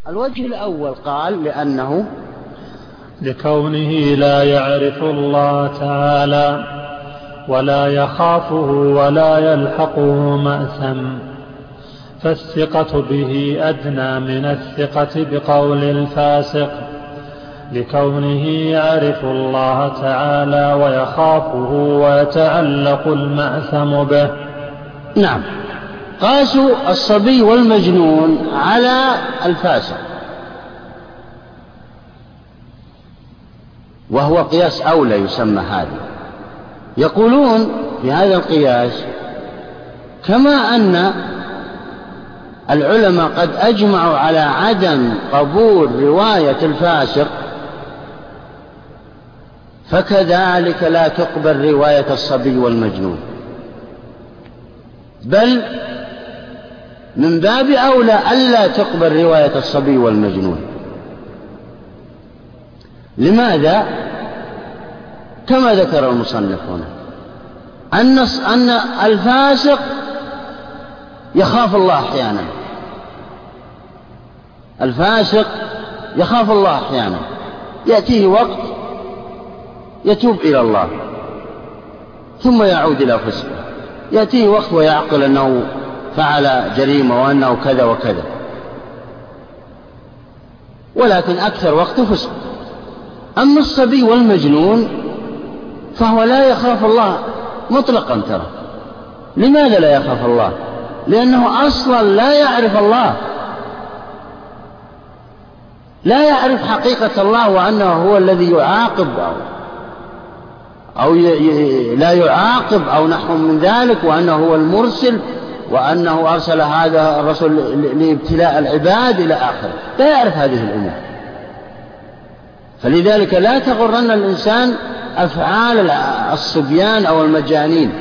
الوجه الأول قال لكونه لا يعرف الله تعالى ولا يخافه ولا يلحقه مأثم، فالثقة به أدنى من الثقة بقول الفاسق، لكونه يعرف الله تعالى ويخافه ويتعلق المأثم به. نعم، قاسوا الصبي والمجنون على الفاسق، وهو قياس أولى يسمى هذا. يقولون في هذا القياس كما أن العلماء قد أجمعوا على عدم قبول رواية الفاسق، فكذلك لا تقبل رواية الصبي والمجنون، بل من باب أولى ألا تقبل رواية الصبي والمجنون. لماذا؟ كما ذكر المصنف هنا أن الفاسق يخاف الله أحيانا، الفاسق يخاف الله أحيانا، يأتيه وقت يتوب إلى الله ثم يعود إلى فسقه، يأتيه وقت ويعقل أنه فعل جريمة وأنه كذا وكذا، ولكن أكثر وقت فسق. أما الصبي والمجنون فهو لا يخاف الله مطلقا. ترى لماذا لا يخاف الله؟ لأنه أصلا لا يعرف الله، لا يعرف حقيقة الله، وأنه هو الذي يعاقب أو لا يعاقب أو نحو من ذلك، وأنه هو المرسل، وأنه أرسل هذا الرسول لابتلاء العباد إلى آخره. لا يعرف هذه الأمور، فلذلك لا تغرن الإنسان أفعال الصبيان أو المجانين،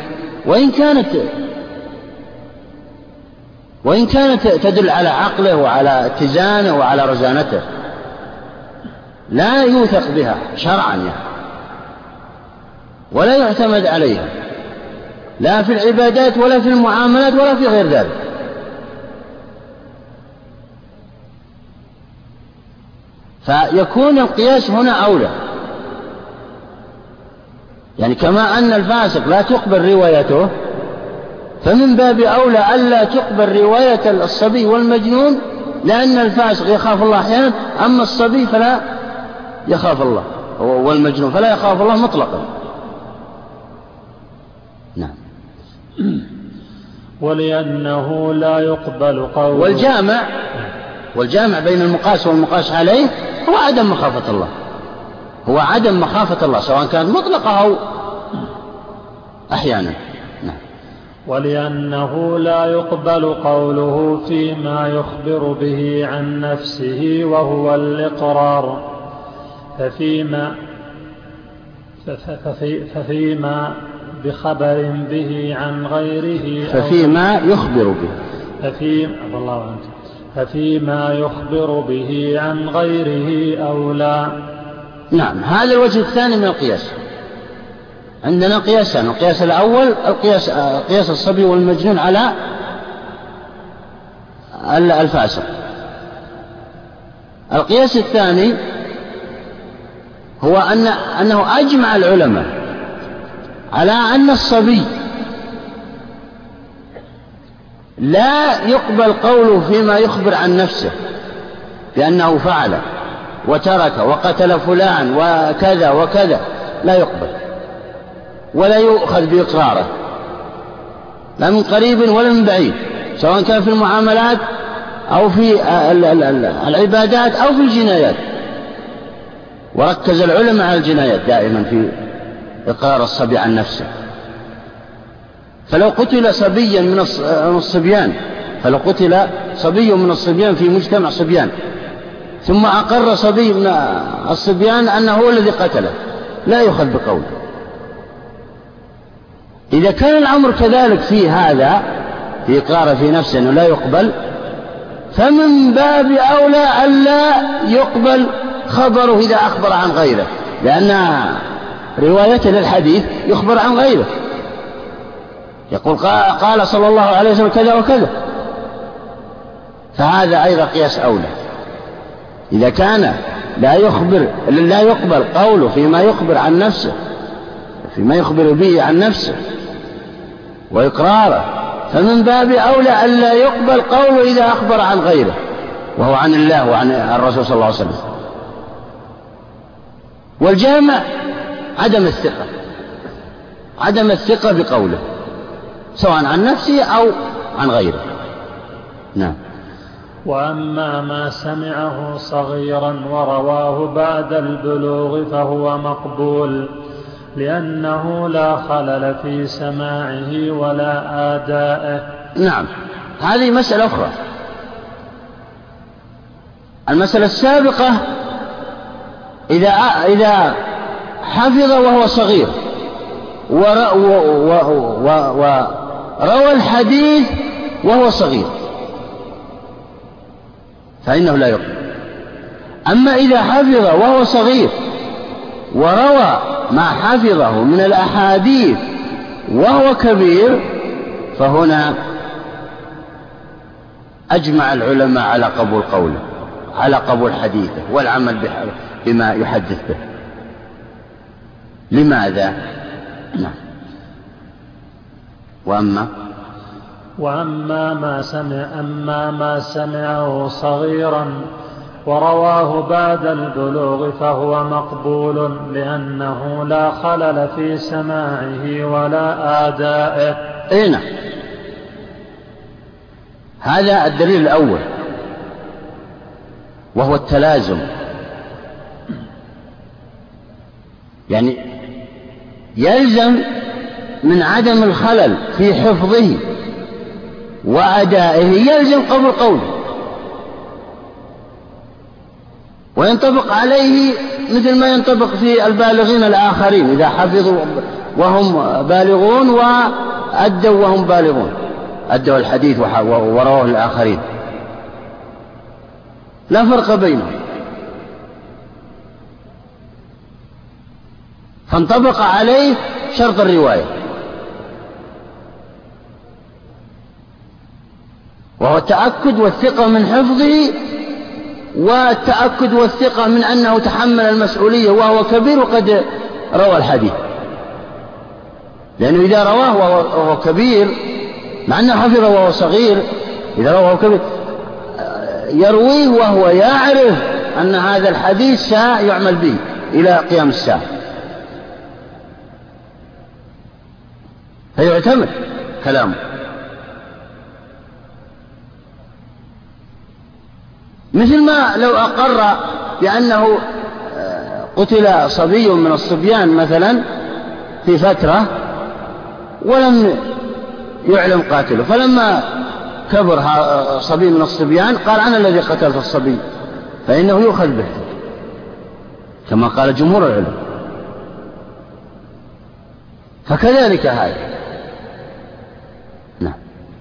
وإن كانت تدل على عقله وعلى اتزانه وعلى رزانته، لا يوثق بها شرعا يعني، ولا يعتمد عليها لا في العبادات ولا في المعاملات ولا في غير ذلك. فيكون القياس هنا أولى، يعني كما أن الفاسق لا تقبل روايته، فمن باب أولى ألا تقبل رواية الصبي والمجنون، لأن الفاسق يخاف الله أحيانا، أما الصبي فلا يخاف الله، والمجنون فلا يخاف الله مطلقا. نعم. ولأنه لا يقبل قول. والجامع بين المقاس والمقاس عليه هو عدم مخافة الله، هو عدم مخافة الله سواء كانت مطلقة أو أحيانا. نعم. ولأنه لا يقبل قوله فيما يخبر به عن نفسه وهو الإقرار، ففيما بخبر به عن غيره، ففيما يخبر به، ففيما يخبر به عن غيره أولى. نعم، هذا الوجه الثاني من القياس. عندنا قياسان: القياس الأول قياس الصبي والمجنون على الفاسق. القياس الثاني هو أنه أجمع العلماء على أن الصبي لا يقبل قوله فيما يخبر عن نفسه بأنه فعل وترك وقتل فلان وكذا وكذا، لا يقبل ولا يؤخذ بإقراره، لا من قريب ولا من بعيد، سواء كان في المعاملات أو في العبادات أو في الجنايات. وركز العلماء على الجنايات دائما في إقرار الصبي عن نفسه. فلو قتل صبي من الصبيان في مجتمع صبيان، ثم أقر صبي من الصبيان أنه هو الذي قتله، لا يؤخذ بقوله. إذا كان الأمر كذلك في هذا، في إقراره في نفسه أنه لا يقبل، فمن باب أولى ألا يقبل خبره إذا أخبر عن غيره، لأن روايته للحديث يخبر عن غيره، يقول قال صلى الله عليه وسلم كذا وكذا، فهذا أيضا قياس أولى. إذا كان لا يقبل قوله فيما يخبر عن نفسه، فيما يخبر به عن نفسه وإقراره، فمن باب أولى أن لا يقبل قوله إذا أخبر عن غيره، وهو عن الله وعن الرسول صلى الله عليه وسلم. والجامع عدم الثقة بقوله سواء عن نفسه أو عن غيره. نعم. وأما ما سمعه صغيرا ورواه بعد البلوغ فهو مقبول، لأنه لا خلل في سماعه ولا آدائه. نعم، هذه مسألة أخرى. المسألة السابقة إذا حفظ وهو صغير وروى الحديث وهو صغير فإنه لا يقبل. أما إذا حفظ وهو صغير وروى ما حفظه من الأحاديث وهو كبير فهنا أجمع العلماء على قبول قوله، على قبول حديثه والعمل بما يحدث به. لماذا؟ نعم. وأما ما سمعه صغيرا ورواه بعد البلوغ فهو مقبول، لأنه لا خلل في سماعه ولا آدائه. نعم، هذا الدليل الأول وهو التلازم، يعني يلزم من عدم الخلل في حفظه وأدائه يلزم قبول قوله، وينطبق عليه مثل ما ينطبق في البالغين الآخرين إذا حفظوا وهم بالغون وأدوا وهم بالغون، أدوا الحديث ورواه الآخرين، لا فرق بينهم. فانطبق عليه شرط الرواية، وهو التأكد والثقة من حفظه والتأكد والثقة من أنه تحمل المسؤولية وهو كبير وقد روى الحديث. لأنه إذا رواه وهو كبير مع أنه حفظه وهو صغير، إذا رواه كبير يرويه وهو يعرف أن هذا الحديث سيعمل به إلى قيام الساعة، فيعتمد كلامه. مثل ما لو أقر بأنه قتل صبي من الصبيان مثلا في فترة ولم يعلم قاتله، فلما كبر صبي من الصبيان قال أنا الذي قتلت الصبي، فإنه يؤخذ به كما قال جمهور العلماء. فكذلك هذا. نعم.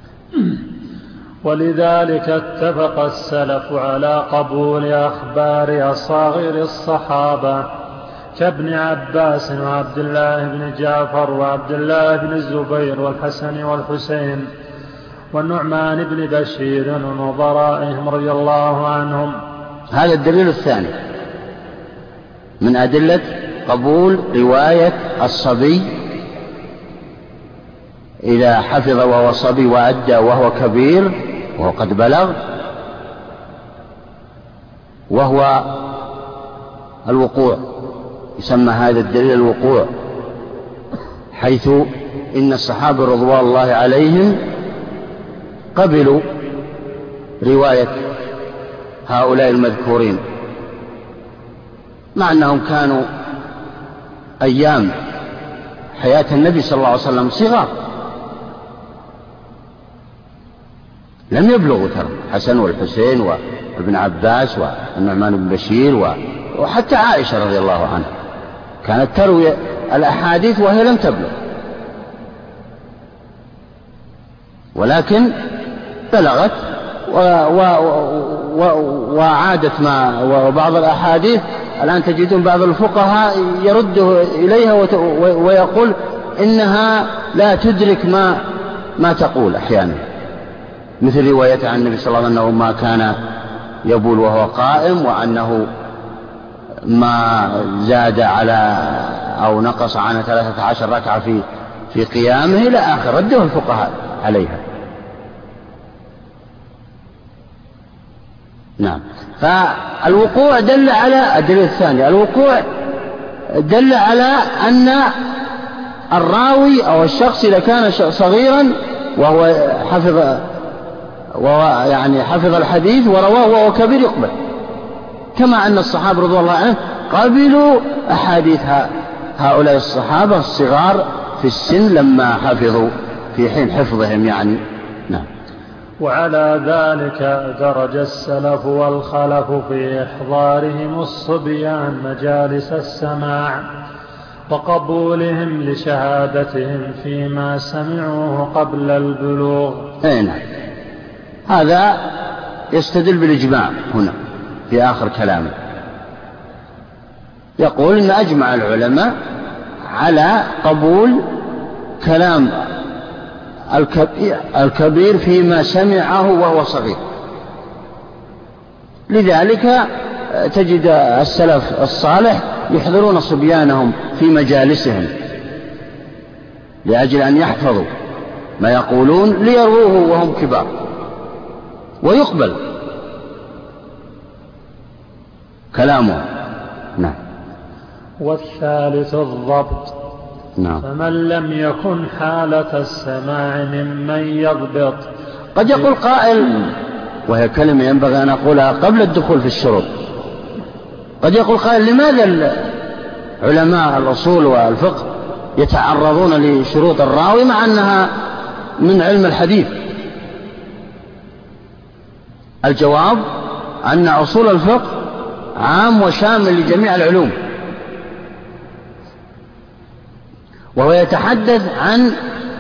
ولذلك اتفق السلف على قبول أخبار أصاغر الصحابة كابن عباس وعبد الله بن جعفر وعبد الله بن الزبير والحسن والحسين والنعمان بن بشير ونظرائهم رضي الله عنهم. هذا الدليل الثاني من أدلة قبول رواية الصبي إذا حفظ وهو صبي وأدى وهو كبير وهو قد بلغ، وهو الوقوع، يسمى هذا الدليل الوقوع، حيث إن الصحابة رضوان الله عليهم قبلوا رواية هؤلاء المذكورين مع أنهم كانوا أيام حياة النبي صلى الله عليه وسلم صغار، لم يبلغوا ترى حسن والحسين وابن عباس والنعمان بن بشير وحتى عائشة رضي الله عنها كانت تروي الأحاديث وهي لم تبلغ، ولكن بلغت وعادت وبعض الأحاديث الآن تجدون بعض الفقهاء يرده إليها ويقول إنها لا تدرك ما تقول أحيانا، مثل رواية عن النبي صلى الله عليه وسلم أنه ما كان يبول وهو قائم، وأنه ما زاد على أو نقص عن 13 ركعة في قيامه إلى آخر، رده الفقهاء عليها. نعم. فالوقوع دل على الدليل الثاني، الوقوع دل على أن الراوي أو الشخص إذا كان صغيرا وهو حفظ الحديث ورواه وهو كبير يقبل، كما أن الصحابة رضي الله عنهم قبلوا أحاديث هؤلاء الصحابة الصغار في السن لما حفظوا في حين حفظهم يعني. نعم. وعلى ذلك درج السلف والخلف في إحضارهم الصبيان مجالس السماع وقبولهم لشهادتهم فيما سمعوه قبل البلوغ. نعم. هذا يستدل بالإجماع هنا في آخر كلامه، يقول إن أجمع العلماء على قبول كلام الكبير فيما سمعه وهو صغير. لذلك تجد السلف الصالح يحضرون صبيانهم في مجالسهم لأجل أن يحفظوا ما يقولون ليروه وهم كبار، ويقبل كلامه. نعم. والثالث الضبط. نعم. فمن لم يكن حالة السماع ممن يضبط. قد يقول قائل، وهي كلمة ينبغي أن أقولها قبل الدخول في الشروط، قد يقول قائل لماذا علماء الأصول والفقه يتعرضون لشروط الراوي مع أنها من علم الحديث؟ الجواب أن أصول الفقه عام وشامل لجميع العلوم، وهو يتحدث عن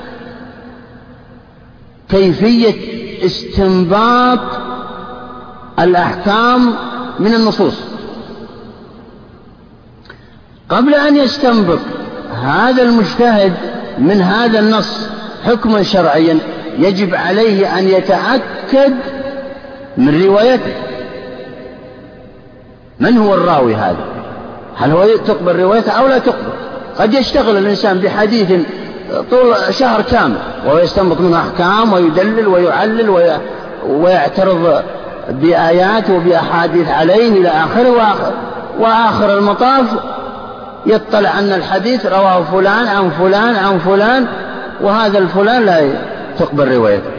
كيفية استنباط الأحكام من النصوص. قبل أن يستنبط هذا المجتهد من هذا النص حكما شرعيا يجب عليه أن يتأكد من روايته، من هو الراوي هذا، هل هو تقبل روايته أو لا تقبل. قد يشتغل الإنسان بحديث طول شهر كامل وهو يستنبط منه أحكام ويدلل ويعلل ويعترض بآيات وبأحاديث عليه إلى آخره، وآخر المطاف يطلع أن الحديث رواه فلان عن فلان عن فلان، وهذا الفلان لا تقبل روايته،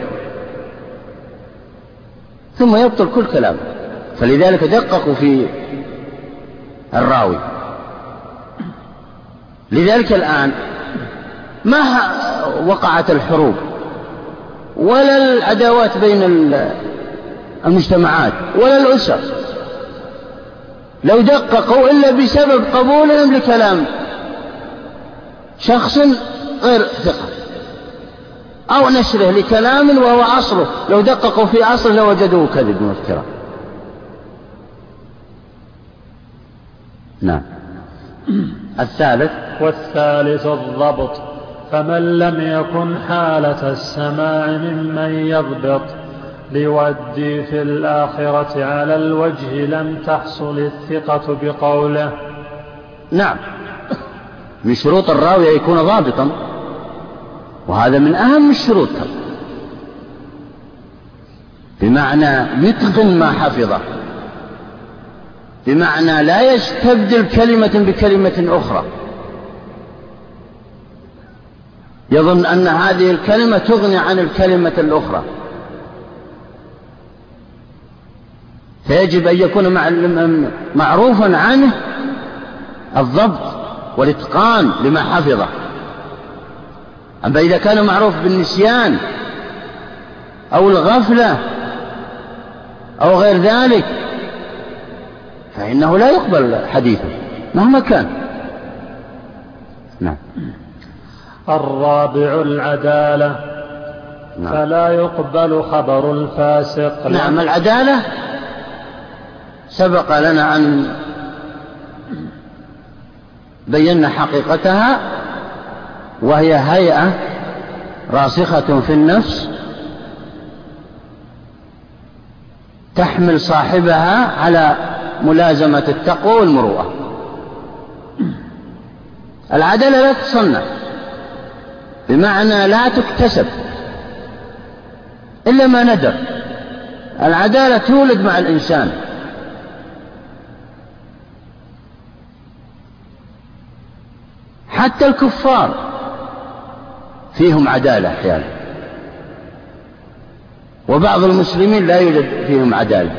ثم يبطل كل كلام. فلذلك دققوا في الراوي. لذلك الآن ما وقعت الحروب ولا العداوات بين المجتمعات ولا الأسر لو دققوا إلا بسبب قبولهم لكلام شخص غير ثقة أو نشره لكلام وهو أصله، لو دققوا في أصله لوجدوه كذب وافتراء. نعم. الثالث. والثالث الضبط. فمن لم يكن حالة السماع ممن يضبط ليودي في الآخرة على الوجه لم تحصل الثقة بقوله. نعم. من شروط الراوي يكون ضابطا، وهذا من أهم الشروط، بمعنى يتقن ما حفظه، بمعنى لا يستبدل كلمة بكلمة أخرى يظن أن هذه الكلمة تغني عن الكلمة الأخرى، فيجب أن يكون معروفا عنه الضبط والإتقان لما حفظه. أما إذا كان معروف بالنسيان أو الغفلة أو غير ذلك فإنه لا يقبل حديثه مهما كان. نعم. الرابع العدالة. نعم. فلا يقبل خبر الفاسق. نعم. العدالة سبق لنا أن بينا حقيقتها، وهي هيئة راسخة في النفس تحمل صاحبها على ملازمة التقوى والمروءة. العدالة لا تصنع، بمعنى لا تكتسب إلا ما ندر. العدالة تولد مع الإنسان. حتى الكفار فيهم عدالة أحيانا، وبعض المسلمين لا يوجد فيهم عدالة،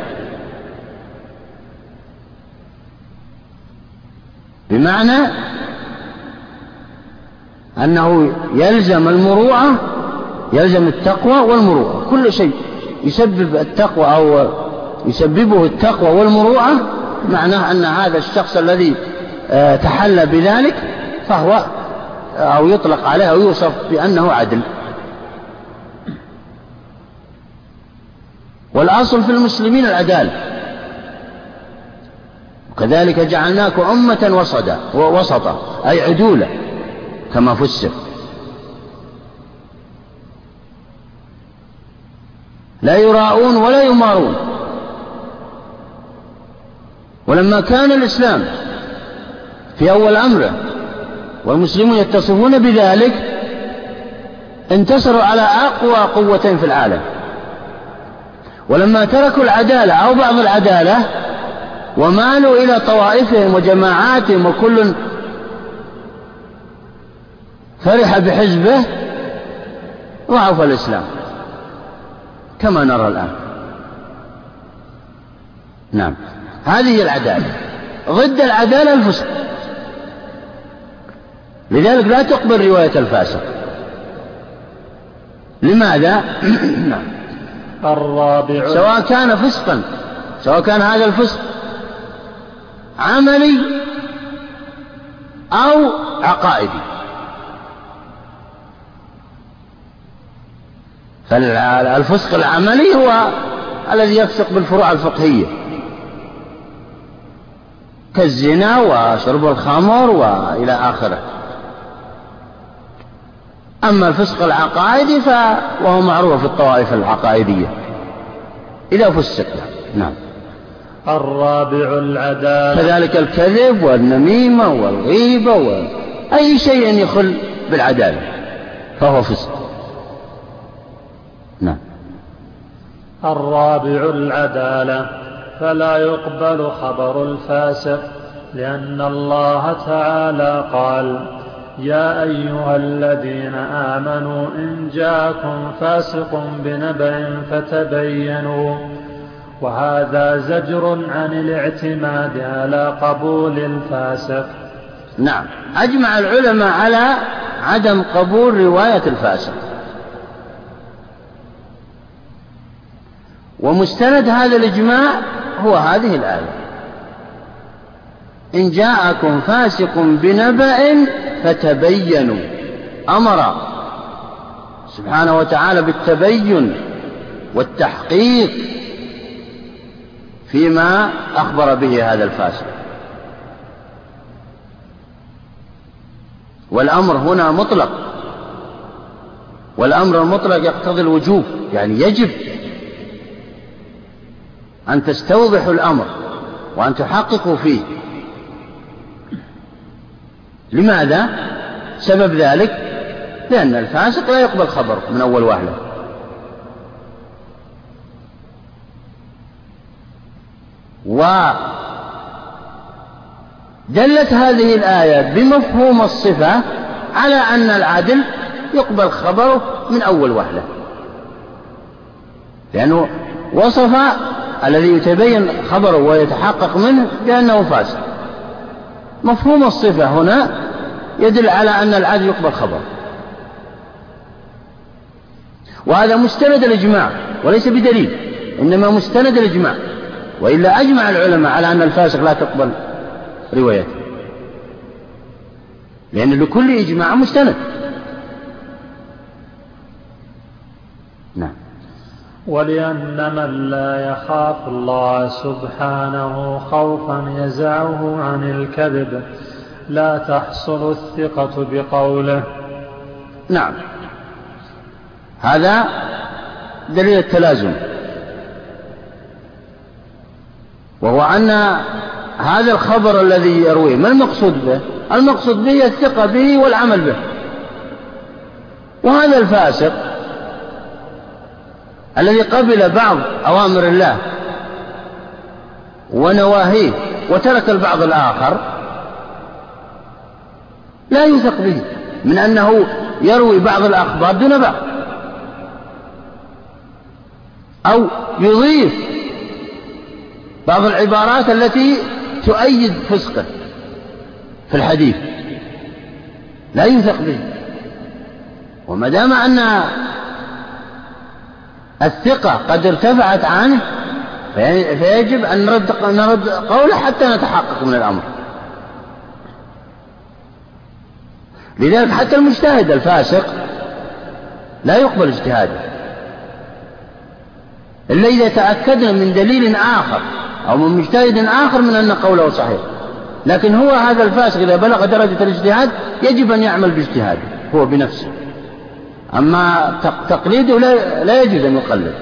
بمعنى أنه يلزم المروءة، يلزم التقوى والمروءة. كل شيء يسبب التقوى أو يسببه التقوى والمروءة معناه أن هذا الشخص الذي تحلى بذلك فهو أو يطلق عليه أو يوصف بأنه عدل. والأصل في المسلمين العدالة، وكذلك جعلناكم أمة وسطا أي عدولة كما فسر. لا يراءون ولا يمارون. ولما كان الإسلام في أول أمره والمسلمون يتصفون بذلك انتصروا على أقوى قوتين في العالم. ولما تركوا العدالة أو بعض العدالة ومالوا إلى طوائفهم وجماعاتهم وكل فرح بحزبه ضعف الإسلام كما نرى الآن. نعم، هذه العدالة. ضد العدالة الفسق. لذلك لا تقبل رواية الفاسق. لماذا؟ الرابع، سواء كان فسقا، سواء كان هذا الفسق عملي أو عقائدي. فالفسق العملي هو الذي يفسق بالفروع الفقهية كالزنا وشرب الخمر وإلى آخره. أما الفسق العقائدي وهو معروف في الطوائف العقائدية إذا فسق. نعم. الرابع العدالة. كذلك الكذب والنميمة والغيبة وأي شيء يخل بالعدالة فهو فسق. نعم. الرابع العدالة، فلا يقبل خبر الفاسق، لأن الله تعالى قال: يا أيها الذين آمنوا إن جاءكم فاسق بنبأ فتبينوا. وهذا زجر عن الاعتماد على قبول الفاسق. نعم، أجمع العلماء على عدم قبول رواية الفاسق، ومستند هذا الإجماع هو هذه الآية: إن جاءكم فاسق بنبأ فتبينوا. أمر سبحانه وتعالى بالتبين والتحقيق فيما أخبر به هذا الفاسق. والأمر هنا مطلق، والأمر المطلق يقتضي الوجوب، يعني يجب أن تستوضحوا الأمر وأن تحققوا فيه. لماذا؟ سبب ذلك لأن الفاسق لا يقبل خبره من أول وهلة. ودلت هذه الآية بمفهوم الصفة على أن العدل يقبل خبره من أول وهلة، لأنه وصف الذي يتبين خبره ويتحقق منه بأنه فاسق. مفهوم الصفة هنا يدل على أن العدل يقبل خبره، وهذا مستند الإجماع وليس بدليل، إنما مستند الإجماع. وإلا أجمع العلماء على أن الفاسق لا تقبل روايته، لأن لكل إجماع مستند. نعم. ولأن من لا يخاف الله سبحانه خوفا يزعه عن الكذب لا تحصل الثقة بقوله. نعم، هذا دليل التلازم. وهو أن هذا الخبر الذي يرويه ما المقصود به؟ المقصود به الثقة به والعمل به. وهذا الفاسق الذي قبل بعض أوامر الله ونواهيه وترك البعض الآخر لا يوثق به، من أنه يروي بعض الأخبار دون بعض، أو يضيف بعض العبارات التي تؤيد فسقه في الحديث، لا يوثق به. وما دام أن الثقة قد ارتفعت عنه فيجب أن نرد قوله حتى نتحقق من الأمر. لذلك حتى المجتهد الفاسق لا يقبل اجتهاده إلا إذا تأكدنا من دليل آخر أو من مجتهد آخر من أن قوله صحيح. لكن هو هذا الفاسق إذا بلغ درجة الاجتهاد يجب أن يعمل باجتهاده هو بنفسه، أما تقليده لا يجوز أن يقلد.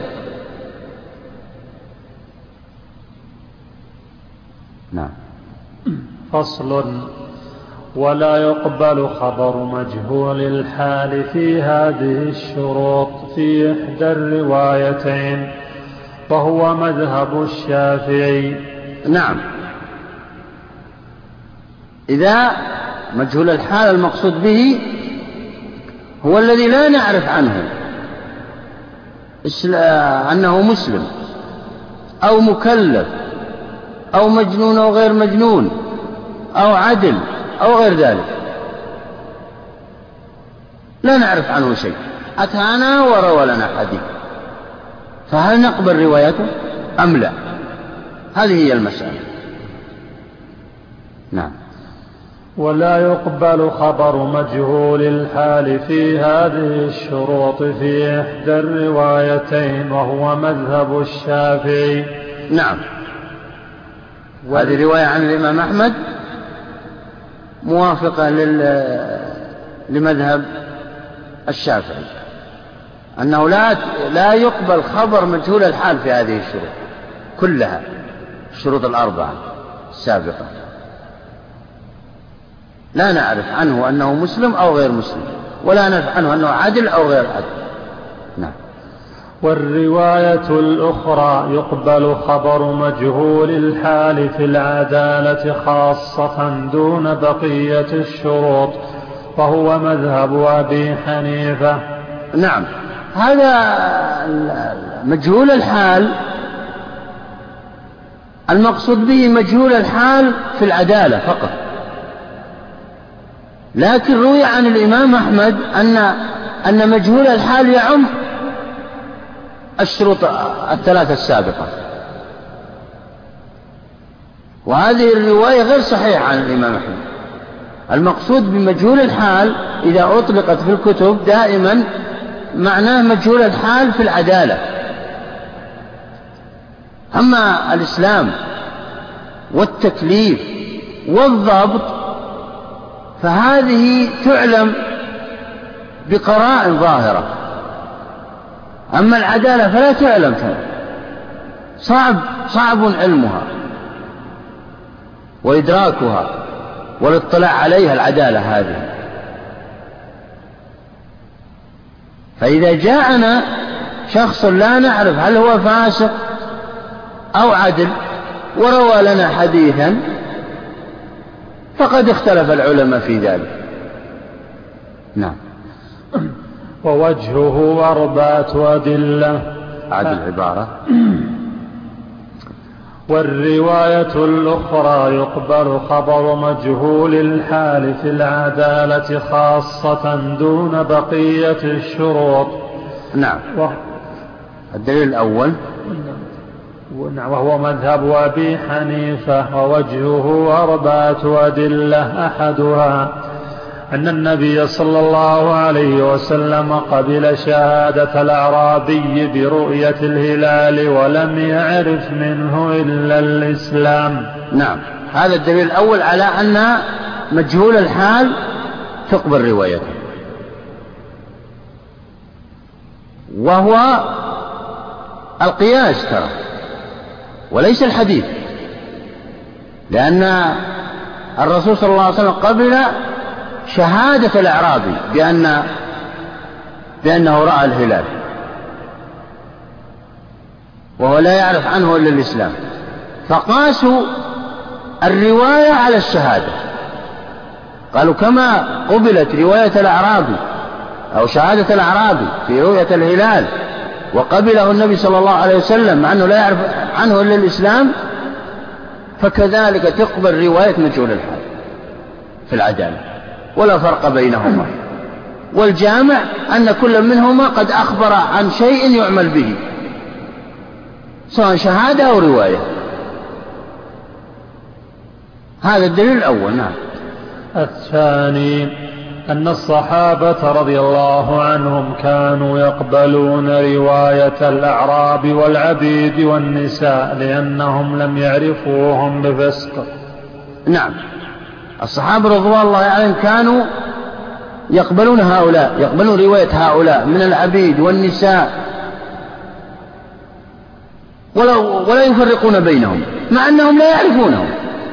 نعم. فصل: ولا يقبل خبر مجهول الحال في هذه الشروط في إحدى الروايتين، وهو مذهب الشافعي. نعم. إذا مجهول الحال المقصود به هو الذي لا نعرف عنه أنه مسلم أو مكلف أو مجنون أو غير مجنون أو عدل أو غير ذلك، لا نعرف عنه شيء، أتانا وروى لنا حديث، فهل نقبل روايته أم لا؟ هذه هي المسألة. نعم. ولا يقبل خبر مجهول الحال في هذه الشروط في إحدى الروايتين، وهو مذهب الشافعي. نعم. وهذه رواية عن الإمام أحمد موافقة لمذهب الشافعي، أنه لا يقبل خبر مجهول الحال في هذه الشروط كلها، الشروط الأربعة السابقة، لا نعرف عنه أنه مسلم أو غير مسلم، ولا نعرف عنه أنه عدل أو غير عدل. نعم. والرواية الأخرى يقبل خبر مجهول الحال في العدالة خاصة دون بقية الشروط، وهو مذهب أبي حنيفة. نعم. هذا مجهول الحال المقصود به مجهول الحال في العدالة فقط، لكن روي عن الإمام أحمد أن مجهول الحال يعم الشروط الثلاثة السابقة، وهذه الرواية غير صحيحة عن الإمام أحمد. المقصود بمجهول الحال إذا أطلقت في الكتب دائما معناه مجهول الحال في العدالة. أما الإسلام والتكليف والضبط فهذه تعلم بقرائن ظاهرة، أما العدالة فلا تعلم، صعب علمها وإدراكها والاطلاع عليها العدالة هذه. فإذا جاءنا شخص لا نعرف هل هو فاسق أو عدل وروى لنا حديثا فقد اختلف العلماء في ذلك. نعم. ووجهه أربعة أدلة. عد العبارة. والرواية الأخرى يقبل خبر مجهول الحال في العدالة خاصة دون بقية الشروط. نعم. الدليل الأول وهو مذهب أبي حنيفة. ووجهه أربعة أدلة. أحدها أن النبي صلى الله عليه وسلم قبل شهادة الأعرابي برؤية الهلال ولم يعرف منه إلا الإسلام. نعم. هذا الدليل الأول على أن مجهول الحال تقبل روايته، وهو القياس ترى وليس الحديث. لأن الرسول صلى الله عليه وسلم قبل شهادة الأعرابي بأنه رأى الهلال، وهو لا يعرف عنه إلا الإسلام، فقاسوا الرواية على الشهادة، قالوا كما قبلت رواية الأعرابي أو شهادة الأعرابي في رؤية الهلال وقبله النبي صلى الله عليه وسلم مع أنه لا يعرف عنه إلا الإسلام، فكذلك تقبل رواية مجهول الحال في العدالة، ولا فرق بينهما. والجامع أن كل منهما قد أخبر عن شيء يعمل به سواء شهادة أو رواية. هذا الدليل الأول. نعم. الثاني أن الصحابة رضي الله عنهم كانوا يقبلون رواية الأعراب والعبيد والنساء لأنهم لم يعرفوهم بفسق. نعم، الصحابة رضوان الله عليهم كانوا يقبلون هؤلاء، يقبلون رواية هؤلاء من العبيد والنساء ولا يفرقون بينهم مع أنهم لا يعرفونهم،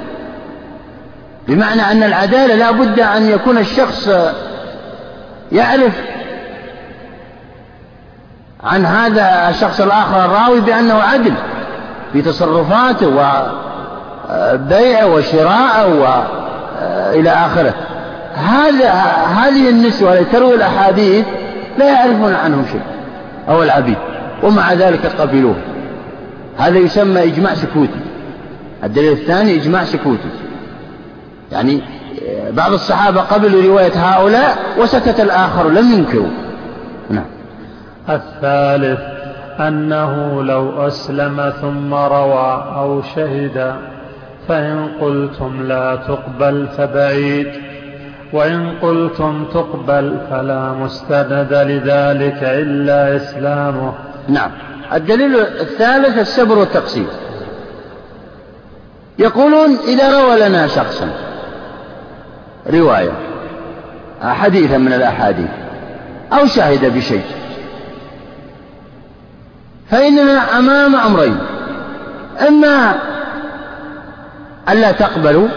بمعنى أن العدالة لا بد أن يكون الشخص يعرف عن هذا الشخص الآخر الراوي بأنه عدل في تصرفاته وبيعه وشراءه وإلى آخره. هذه النسوة التي تروي الأحاديث لا يعرفون عنهم شيء أو العبيد، ومع ذلك قبلوه. هذا يسمى إجماع سكوتي. الدليل الثاني إجماع سكوتي، يعني بعض الصحابة قبلوا رواية هؤلاء وسكت الآخر لم ينكروا. نعم. الثالث أنه لو أسلم ثم روى أو شهد فإن قلتم لا تقبل فبعيد، وإن قلتم تقبل فلا مستند لذلك إلا إسلامه. نعم. الدليل الثالث السبر والتقسيم. يقولون إذا روى لنا شخصا رواية حديثا من الأحاديث أو شهد بشيء فإننا أمام أمرين: إما ألا تقبلوا،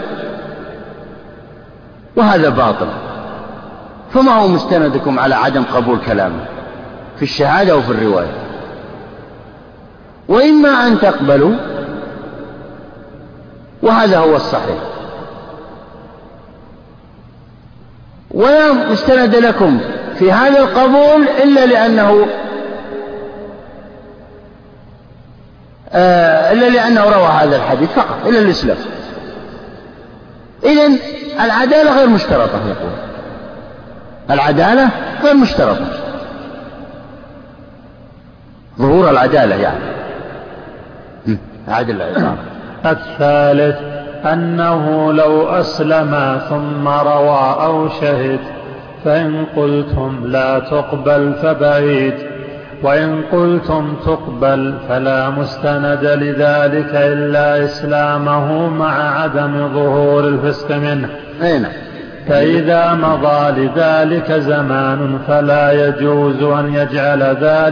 وهذا باطل، فما هو مستندكم على عدم قبول كلامه في الشهادة أو في الرواية، وإما أن تقبلوا، وهذا هو الصحيح، ولا مستند لكم في هذا القبول إلا لأنه روى هذا الحديث فقط، إلا الإسلام. إذن العدالة غير مشترطة. يقول العدالة غير مشترطة، ظهور العدالة يعني عدل العبارة. الثالث أنه لو أسلم ثم روى أو شهد فإن قلتم لا تقبل فبعيد، وإن قلتم تقبل فلا مستند لذلك إلا إسلامه مع عدم ظهور الفسق منه. فإذا مضى لذلك زمان فلا يجوز أن يجعل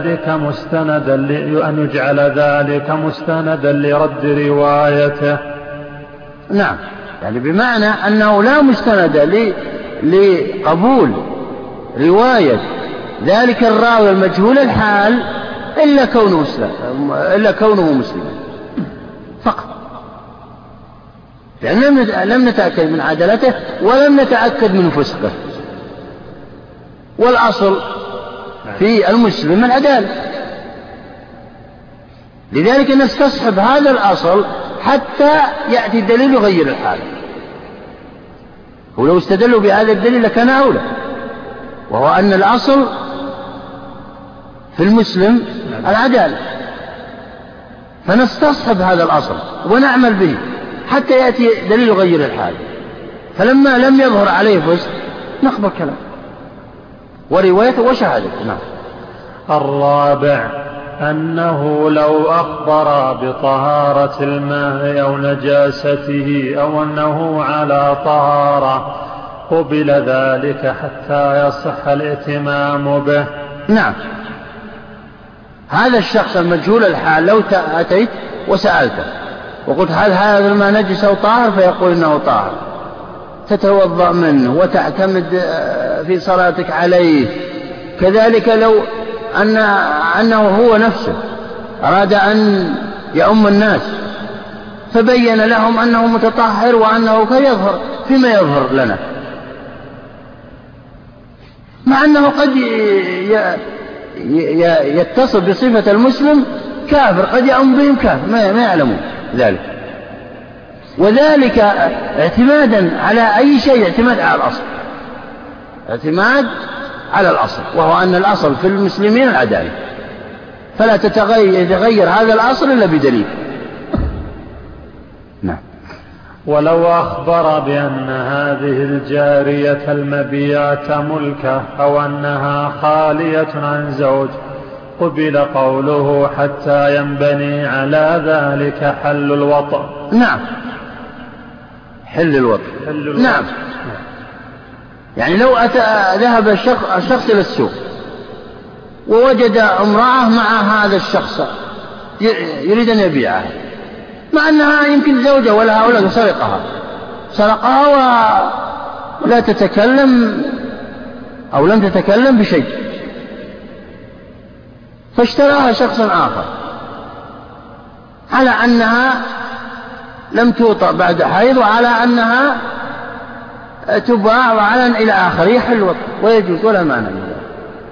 ذلك مستندا لرد روايته. نعم، يعني بمعنى أنه لا مستند لقبول رواية ذلك الراوي المجهول الحال إلا كونه مسلما فقط، لأن لم نتأكد من عدالته ولم نتأكد من فسقه، والأصل في المسلم العدالة، لذلك نستصحب هذا الأصل حتى يأتي الدليل يغير الحال. ولو استدلوا بهذا الدليل لكان أولى، وهو أن الأصل في المسلم العدالة، فنستصحب هذا الأصل ونعمل به حتى يأتي دليل يغير الحال. فلما لم يظهر عليه فسق نقبل كلام وروايته وشهادته. نعم. الرابع أنه لو أخبر بطهارة الماء أو نجاسته أو أنه على طهارة قبل ذلك حتى يصح الائتمام به. نعم، هذا الشخص المجهول الحال لو أتيت وسألته وقلت هل هذا الماء نجس أو طاهر؟ فيقول إنه طاهر، تتوضأ منه وتعتمد في صلاتك عليه. كذلك لو أنه هو نفسه أراد أن يؤم الناس فبين لهم أنه متطهر وأنه كيظهر فيما يظهر لنا، مع أنه قد يتصل بصفة المسلم كافر، قد يؤم بهم كافر ما يعلمون ذلك. وذلك اعتمادا على أي شيء، اعتماد على الأصل، اعتماد على الأصل، وهو أن الأصل في المسلمين العدالة، فلا يتغير هذا الأصل إلا بدليل. نعم. ولو أخبر بأن هذه الجارية المبيعة ملكه أو أنها خالية عن زوج قبل قوله حتى ينبني على ذلك حل الوطء. نعم، حل الوطء. نعم. يعني لو ذهب الشخص إلى السوق ووجد امرأة مع هذا الشخص يريد أن يبيعها، مع أنها يمكن زوجة ولها أولاد، سرقها ولا تتكلم أو لم تتكلم بشيء، فاشتراها شخص آخر على أنها لم توطأ بعد حيض وعلى أنها تباع وعلى إلى آخر، يحل الوطء ويجوز ولا معنى من ذلك.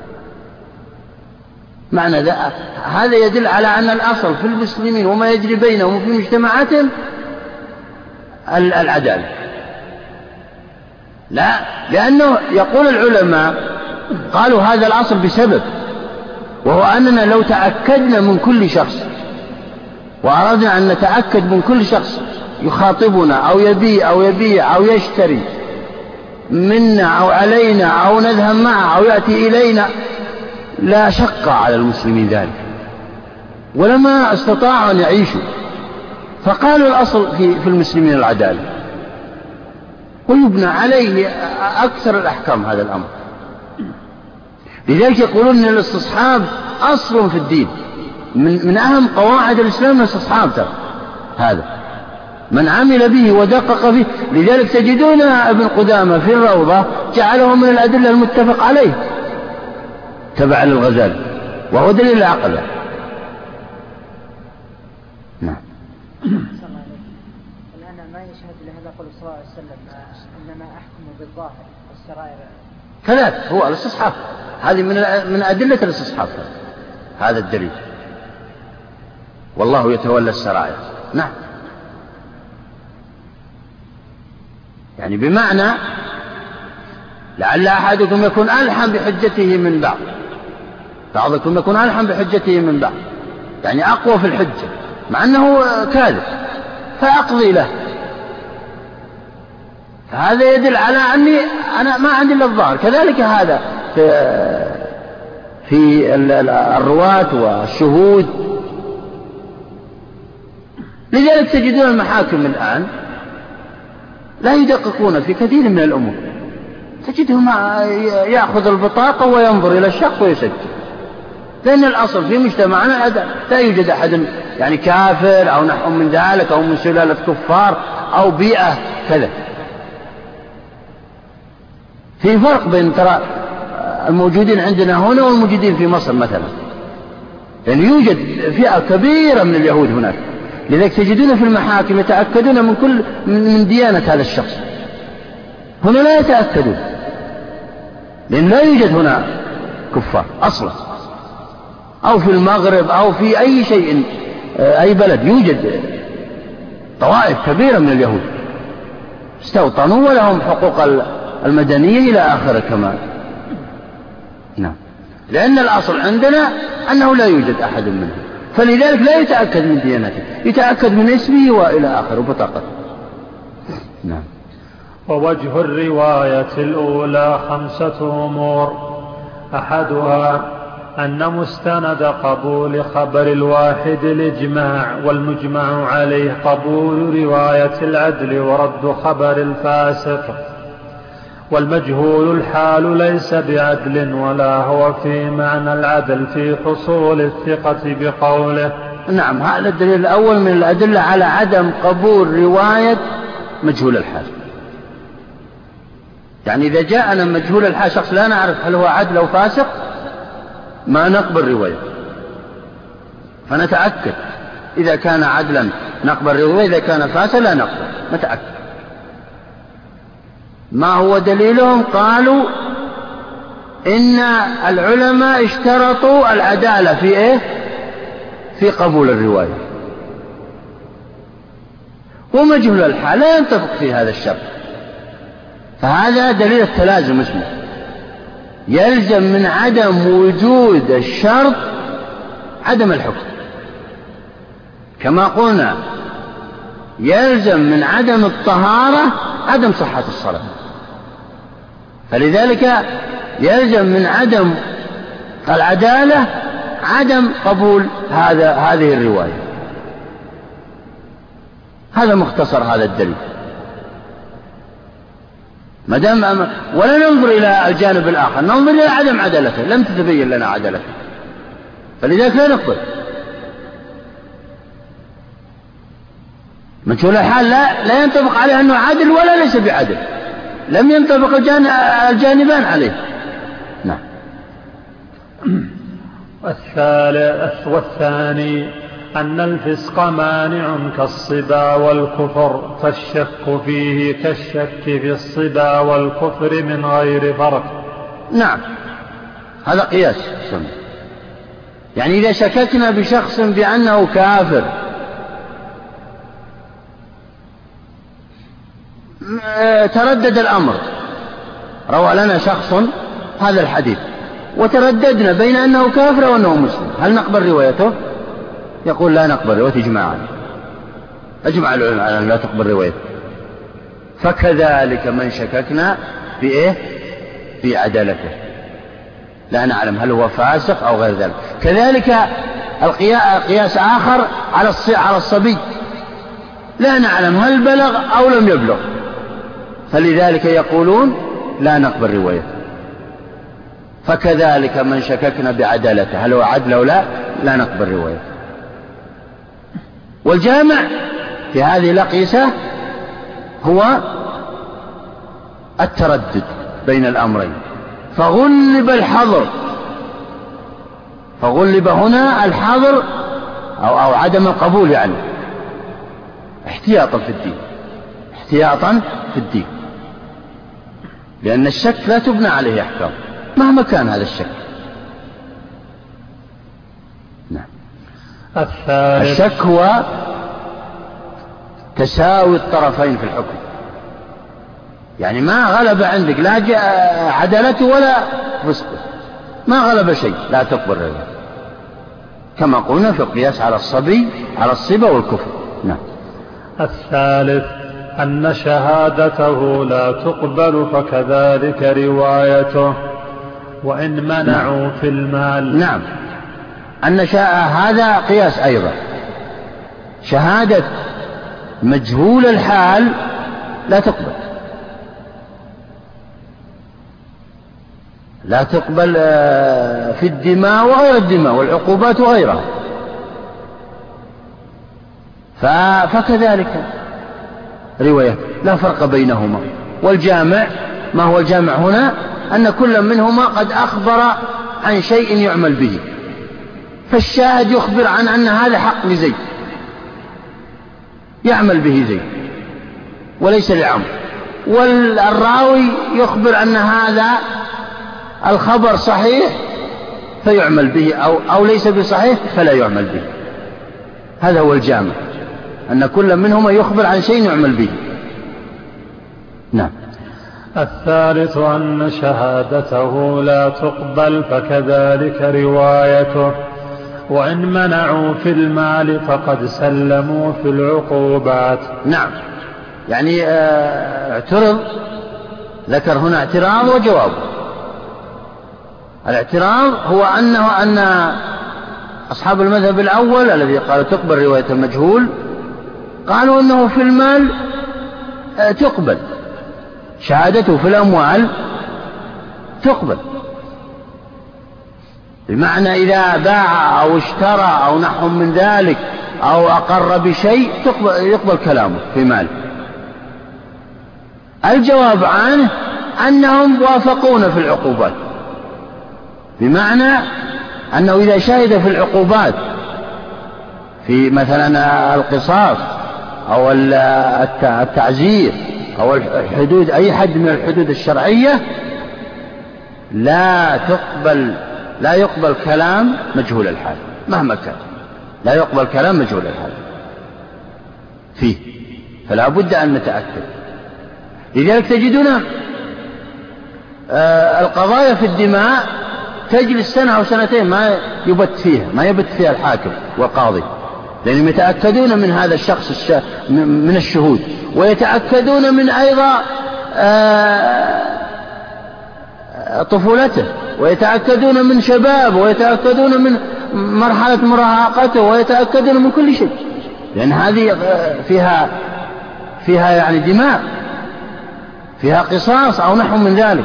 معنى هذا يدل على أن الأصل في المسلمين وما يجري بينهم وفي مجتمعاتهم العدالة. لا، لأنه يقول العلماء قالوا هذا الأصل بسبب، وهو أننا لو تأكدنا من كل شخص وأردنا أن نتأكد من كل شخص يخاطبنا أو يبيع أو يشتري منا أو علينا أو نذهب معه أو يأتي إلينا، لا شق على المسلمين ذلك ولما استطاعوا أن يعيشوا. فقالوا الأصل في المسلمين العدالة، ويبنى عليه أكثر الأحكام هذا الأمر. لذلك يقولون أن الاستصحاب أصل في الدين، من أهم قواعد الإسلام الاستصحاب، هذا من عمل به ودقق فيه. لذلك تجدون ابن قدامة في الروضة جعله من الأدلة المتفق عليه تبع للغزالي، وهو دليل العقل. نعم. الآن ما يشهد لهذا قول صلى الله عليه وسلم إنما أحكم بالظاهر والسرائر كذلك هو الاستصحاب، هذه من أدلة الاستصحاب هذا الدليل، والله يتولى السرائر. نعم. يعني بمعنى لعل أحدكم يكون ألحم بحجته من بعض، بعضكم يكون ألحم بحجته من بعض، يعني أقوى في الحجة مع أنه كاذب فأقضي له. هذا يدل على أني أنا ما عندي إلا الظاهر. كذلك هذا في الرواة والشهود. لذلك تجدون المحاكم الآن لا يدققون في كثير من الأمور، تجدهم يأخذ البطاقة وينظر إلى الشخص ويسجل، لأن الأصل في مجتمعنا لا يوجد أحد يعني كافر أو نحو من ذلك أو من سلالة كفار أو بيئة كذا. في فرق بين ترى الموجودين عندنا هنا والموجودين في مصر مثلا، يعني يوجد فئة كبيرة من اليهود هناك، لذلك تجدون في المحاكم يتأكدون من ديانة هذا الشخص. هنا لا يتأكدون لأن لا يوجد هنا كفار أصلا، أو في المغرب أو في أي شيء أي بلد يوجد طوائف كبيرة من اليهود استوطنوا ولهم حقوق المدنية إلى آخر كمان. نعم. لأن الأصل عندنا أنه لا يوجد أحد منهم، فلذلك لا يتأكد من ديانته، يتأكد من اسمه وإلى آخر وبطاقته. نعم. ووجه الرواية الأولى 5 أمور: أحدها أن مستند قبول خبر الواحد الإجماع، والمجمع عليه قبول رواية العدل ورد خبر الفاسق. والمجهول الحال ليس بعدل ولا هو في معنى العدل في حصول الثقة بقوله نعم، هذا الدليل الأول من الأدلة على عدم قبول رواية مجهول الحال. يعني إذا جاءنا مجهول الحال شخص لا نعرف هل هو عدل أو فاسق ما نقبل رواية، فنتأكد إذا كان عدلا نقبل رواية، إذا كان فاسقا لا نقبل، نتأكد. ما هو دليلهم؟ قالوا إن العلماء اشترطوا العدالة في إيه؟ في قبول الرواية، ومجهول الحال لا ينطبق في هذا الشرط. فهذا دليل التلازم اسمه، يلزم من عدم وجود الشرط عدم الحكم، كما قلنا يلزم من عدم الطهارة عدم صحة الصلاة. فلذلك يلزم من عدم العدالة عدم قبول هذه الرواية. هذا مختصر هذا الدليل. ولا ننظر إلى الجانب الآخر، ننظر إلى عدم عدالته، لم تتبين لنا عدالته، فلذلك لا نقبل. مجهول الحال لا ينطبق عليه أنه عدل ولا ليس بعدل، لم ينطبق الجانبان عليه. نعم. والثاني أن الفسق مانع كالصبا والكفر، فالشك فيه كالشك في الصبا والكفر من غير فرق. نعم، هذا قياس. يعني إذا شككنا بشخص بأنه كافر تردد الأمر، روى لنا شخص هذا الحديث وترددنا بين أنه كافر وأنه مسلم، هل نقبل روايته؟ يقول لا نقبل روايته إجماعا، أجمع العلماء على أن لا تقبل روايته. فكذلك من شككنا في في عدالته، لا نعلم هل هو فاسق أو غير ذلك. كذلك قياس آخر على الصبي، لا نعلم هل بلغ أو لم يبلغ، فلذلك يقولون لا نقبل روايته. فكذلك من شككنا بعدالته، هل هو عدل أو لا نقبل روايته. والجامع في هذه الأقيسة هو التردد بين الأمرين، فغلب الحظر، فغلب هنا الحظر أو عدم القبول، يعني احتياطا في الدين، احتياطا في الدين، لأن الشك لا تبنى عليه أحكام مهما كان هذا الشك. نعم. الشك هو تساوي الطرفين في الحكم، يعني ما غلب عندك لا عدالته ولا فسقه، ما غلب شيء لا تقبل روايته، كما قلنا في القياس على الصبي على الصبا والكفر. نعم. الثالث أن شهادته لا تقبل، فكذلك روايته وإن منعوا في المال. نعم، أن هذا قياس أيضا، شهادة مجهول الحال لا تقبل، لا تقبل في الدماء وغير الدماء والعقوبات وغيرها. فكذلك رواية لا فرق بينهما. والجامع، ما هو الجامع هنا؟ أن كل منهما قد أخبر عن شيء يعمل به، فالشاهد يخبر عن أن هذا حق لزيد يعمل به زيد وليس لعمرو، والراوي يخبر أن هذا الخبر صحيح فيعمل به أو ليس بصحيح فلا يعمل به. هذا هو الجامع، أن كل منهما يخبر عن شيء يعمل به. نعم. الثالث أن شهادته لا تقبل، فكذلك روايته وإن منعوا في المال فقد سلموا في العقوبات. نعم، يعني اعترض، ذكر هنا اعتراض وجواب. الاعتراض هو أن أصحاب المذهب الأول الذي قالوا تقبل رواية المجهول قالوا أنه في المال تقبل، شهادته في الأموال تقبل، بمعنى إذا باع أو اشترى أو نحو من ذلك أو أقر بشيء يقبل كلامه في ماله. الجواب عنه أنهم وافقون في العقوبات، بمعنى أنه إذا شهد في العقوبات في مثلا القصاص أو التعزير أو الحدود، أي حد من الحدود الشرعية، لا يقبل كلام مجهول الحال مهما كان، لا يقبل كلام مجهول الحال فيه، فلا بد أن نتأكد. لذلك تجدون القضايا في الدماء تجلس سنة أو سنتين ما يبت فيها الحاكم والقاضي، لأنهم يتأكدون من هذا الشخص من الشهود، ويتأكدون من أيضا طفولته، ويتأكدون من شبابه، ويتأكدون من مرحلة مراهقته، ويتأكدون من كل شيء، لأن هذه فيها يعني دماء، فيها قصاص أو نحو من ذلك،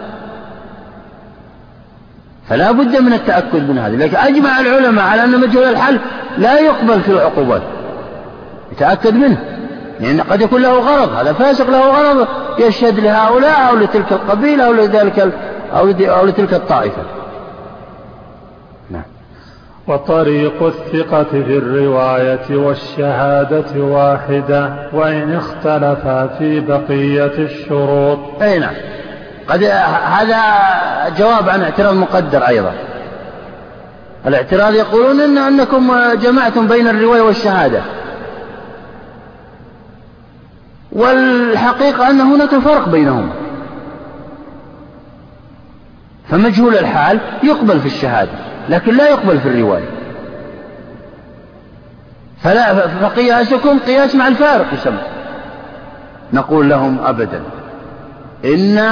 فلا بد من التأكد من هذا. لكن أجمع العلماء على أن مجهول الحال لا يقبل في العقوبات، يتأكد منه، لأن قد يكون له غرض، هذا فاسق له غرض يشهد لهؤلاء أو لتلك القبيلة أو لتلك الطائفة. نعم. وطريق الثقة في الرواية والشهادة واحدة وإن اختلفا في بقية الشروط. أي نعم. هذا جواب عن اعتراض مقدر أيضا. الاعتراض يقولون أنكم جمعتم بين الرواية والشهادة، والحقيقة أن هناك فرق بينهما، فمجهول الحال يقبل في الشهادة لكن لا يقبل في الرواية، فقياسكم قياس مع الفارق يسمى. نقول لهم أبدا، إن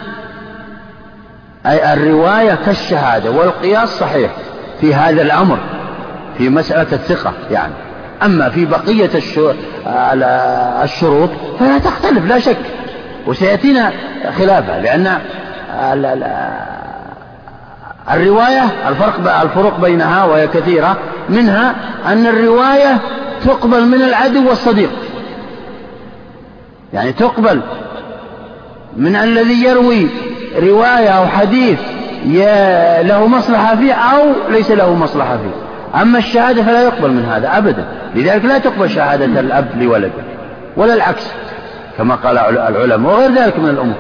الرواية كالشهادة، والقياس صحيح في هذا الأمر في مسألة الثقة يعني. أما في بقية الشروط فلا تختلف لا شك، وسيأتينا خلافها، لأن الرواية الفرق بينها وهي كثيرة، منها أن الرواية تقبل من العدو والصديق، يعني تقبل من الذي يروي رواية أو حديث له مصلحة فيه أو ليس له مصلحة فيه. أما الشهادة فلا يقبل من هذا أبدا، لذلك لا تقبل شهادة الأب لولده ولا العكس كما قال العلماء، وغير ذلك من الأمور،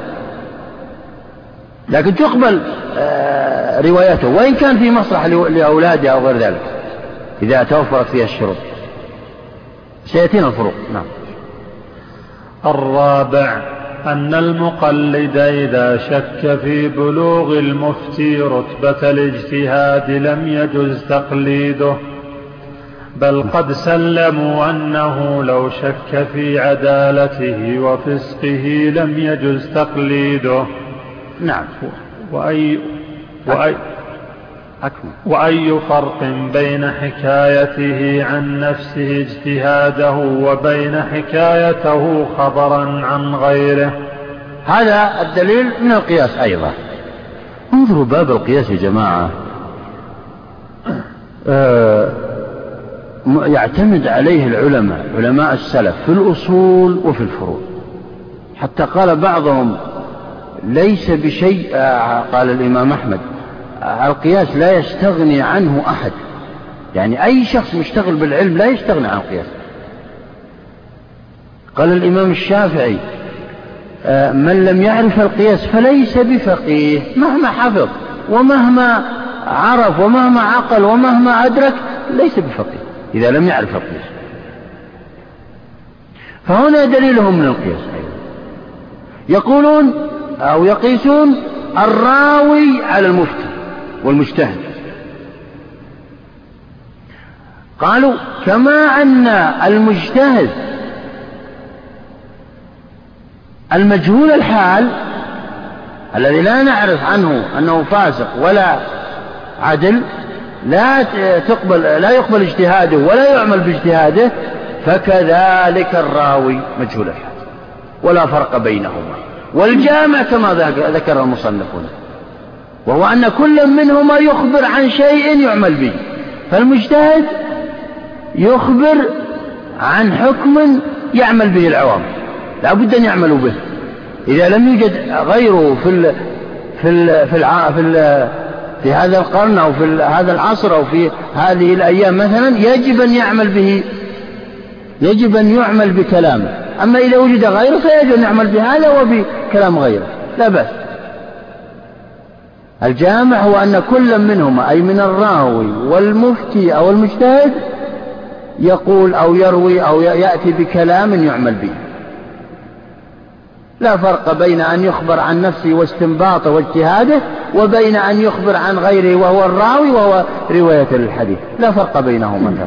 لكن تقبل روايته وإن كان في مصلحة لأولاده أو غير ذلك إذا توفرت فيها الشروط. سيأتينا الفروق. نعم. الرابع أن المقلد إذا شك في بلوغ المفتي رتبة الاجتهاد لم يجز تقليده، بل قد سلموا أنه لو شك في عدالته وفسقه لم يجز تقليده. نعم. وأي فرق بين حكايته عن نفسه اجتهاده وبين حكايته خبرا عن غيره؟ هذا الدليل من القياس أيضا. انظروا باب القياس يا جماعة، يعتمد عليه علماء السلف في الأصول وفي الفروع، حتى قال بعضهم ليس بشيء، قال الإمام أحمد القياس لا يستغني عنه أحد، يعني أي شخص مشتغل بالعلم لا يستغني عن القياس. قال الإمام الشافعي من لم يعرف القياس فليس بفقيه، مهما حفظ ومهما عرف ومهما عقل ومهما أدرك ليس بفقيه إذا لم يعرف القياس. فهنا دليلهم من القياس أيضا. يقولون أو يقيسون الراوي على المفتي والمجتهد. قالوا كما أن المجتهد المجهول الحال الذي لا نعرف عنه أنه فاسق ولا عدل لا يقبل اجتهاده ولا يعمل باجتهاده، فكذلك الراوي مجهول الحال ولا فرق بينهما. والجامع كما ذكر المصنفون وهو أن كل منهما يخبر عن شيء يعمل به. فالمجتهد يخبر عن حكم يعمل به العوام، لا بد أن يعملوا به. إذا لم يوجد غيره في هذا القرن أو في هذا العصر أو في هذه الأيام مثلا، يجب أن يعمل به، يجب أن يعمل بكلامه. أما إذا وجد غيره فيجب أن يعمل بهذا وبكلام غيره، لا بأس. الجامع هو أن كل منهما أي من الراوي والمفتي أو المجتهد يقول أو يروي أو يأتي بكلام يعمل به. لا فرق بين أن يخبر عن نفسه واستنباطه واجتهاده وبين أن يخبر عن غيره وهو الراوي وهو رواية الحديث، لا فرق بينهما.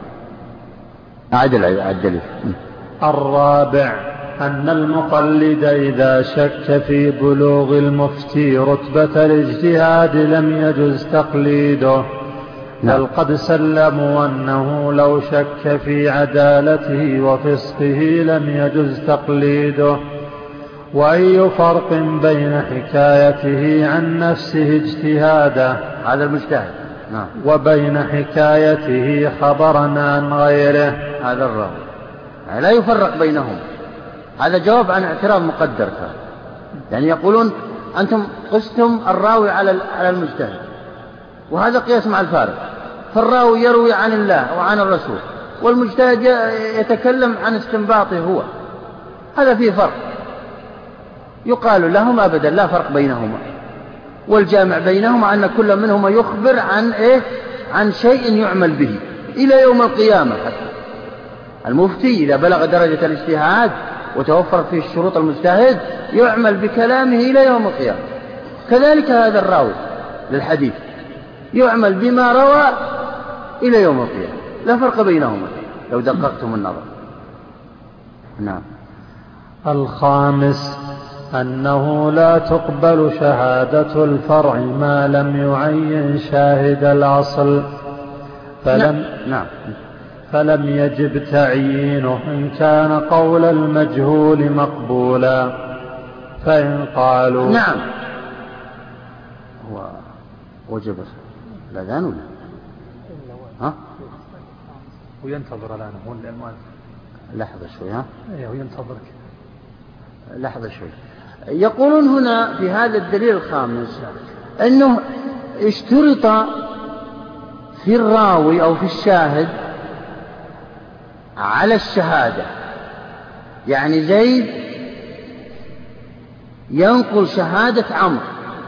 الدليل الرابع أن المقلد إذا شك في بلوغ المفتي رتبة الاجتهاد لم يجز تقليده، بل قد سلموا أنه لو شك في عدالته وفسقه لم يجز تقليده. وأي فرق بين حكايته عن نفسه اجتهادا، هذا المجتهد، وبين حكايته خبرا عن غيره، هذا الراوي، يعني لا يفرق بينهم. هذا جواب عن اعتراض مقدر، يعني يقولون أنتم قستم الراوي على المجتهد، وهذا قياس مع الفارق. فالراوي يروي عن الله وعن الرسول، والمجتهد يتكلم عن استنباطه هو، هذا فيه فرق. يقال لهم أبدا لا فرق بينهما، والجامع بينهما أن كل منهما يخبر عن شيء يعمل به إلى يوم القيامة. حتى المفتي إذا بلغ درجة الاجتهاد وتوفرت فيه الشروط المجتهد يعمل بكلامه إلى يوم القيامة. كذلك هذا الراوي للحديث يعمل بما روى إلى يوم القيامة، لا فرق بينهما لو دققتم النظر. نعم. الخامس أنه لا تقبل شهادة الفرع ما لم يعين شاهد الأصل، فلم يجب تعيينه إن كان قول المجهول مقبولا. فإن قالوا نعم هو وجب الأذان ولا ها؟ وينتظر الآن هو الألمان. لحظة شوي وينتظرك لحظة شوي. يقولون هنا في هذا الدليل الخامس أنه اشترط في الراوي أو في الشاهد على الشهادة، يعني زيد ينقل شهادة عمرو،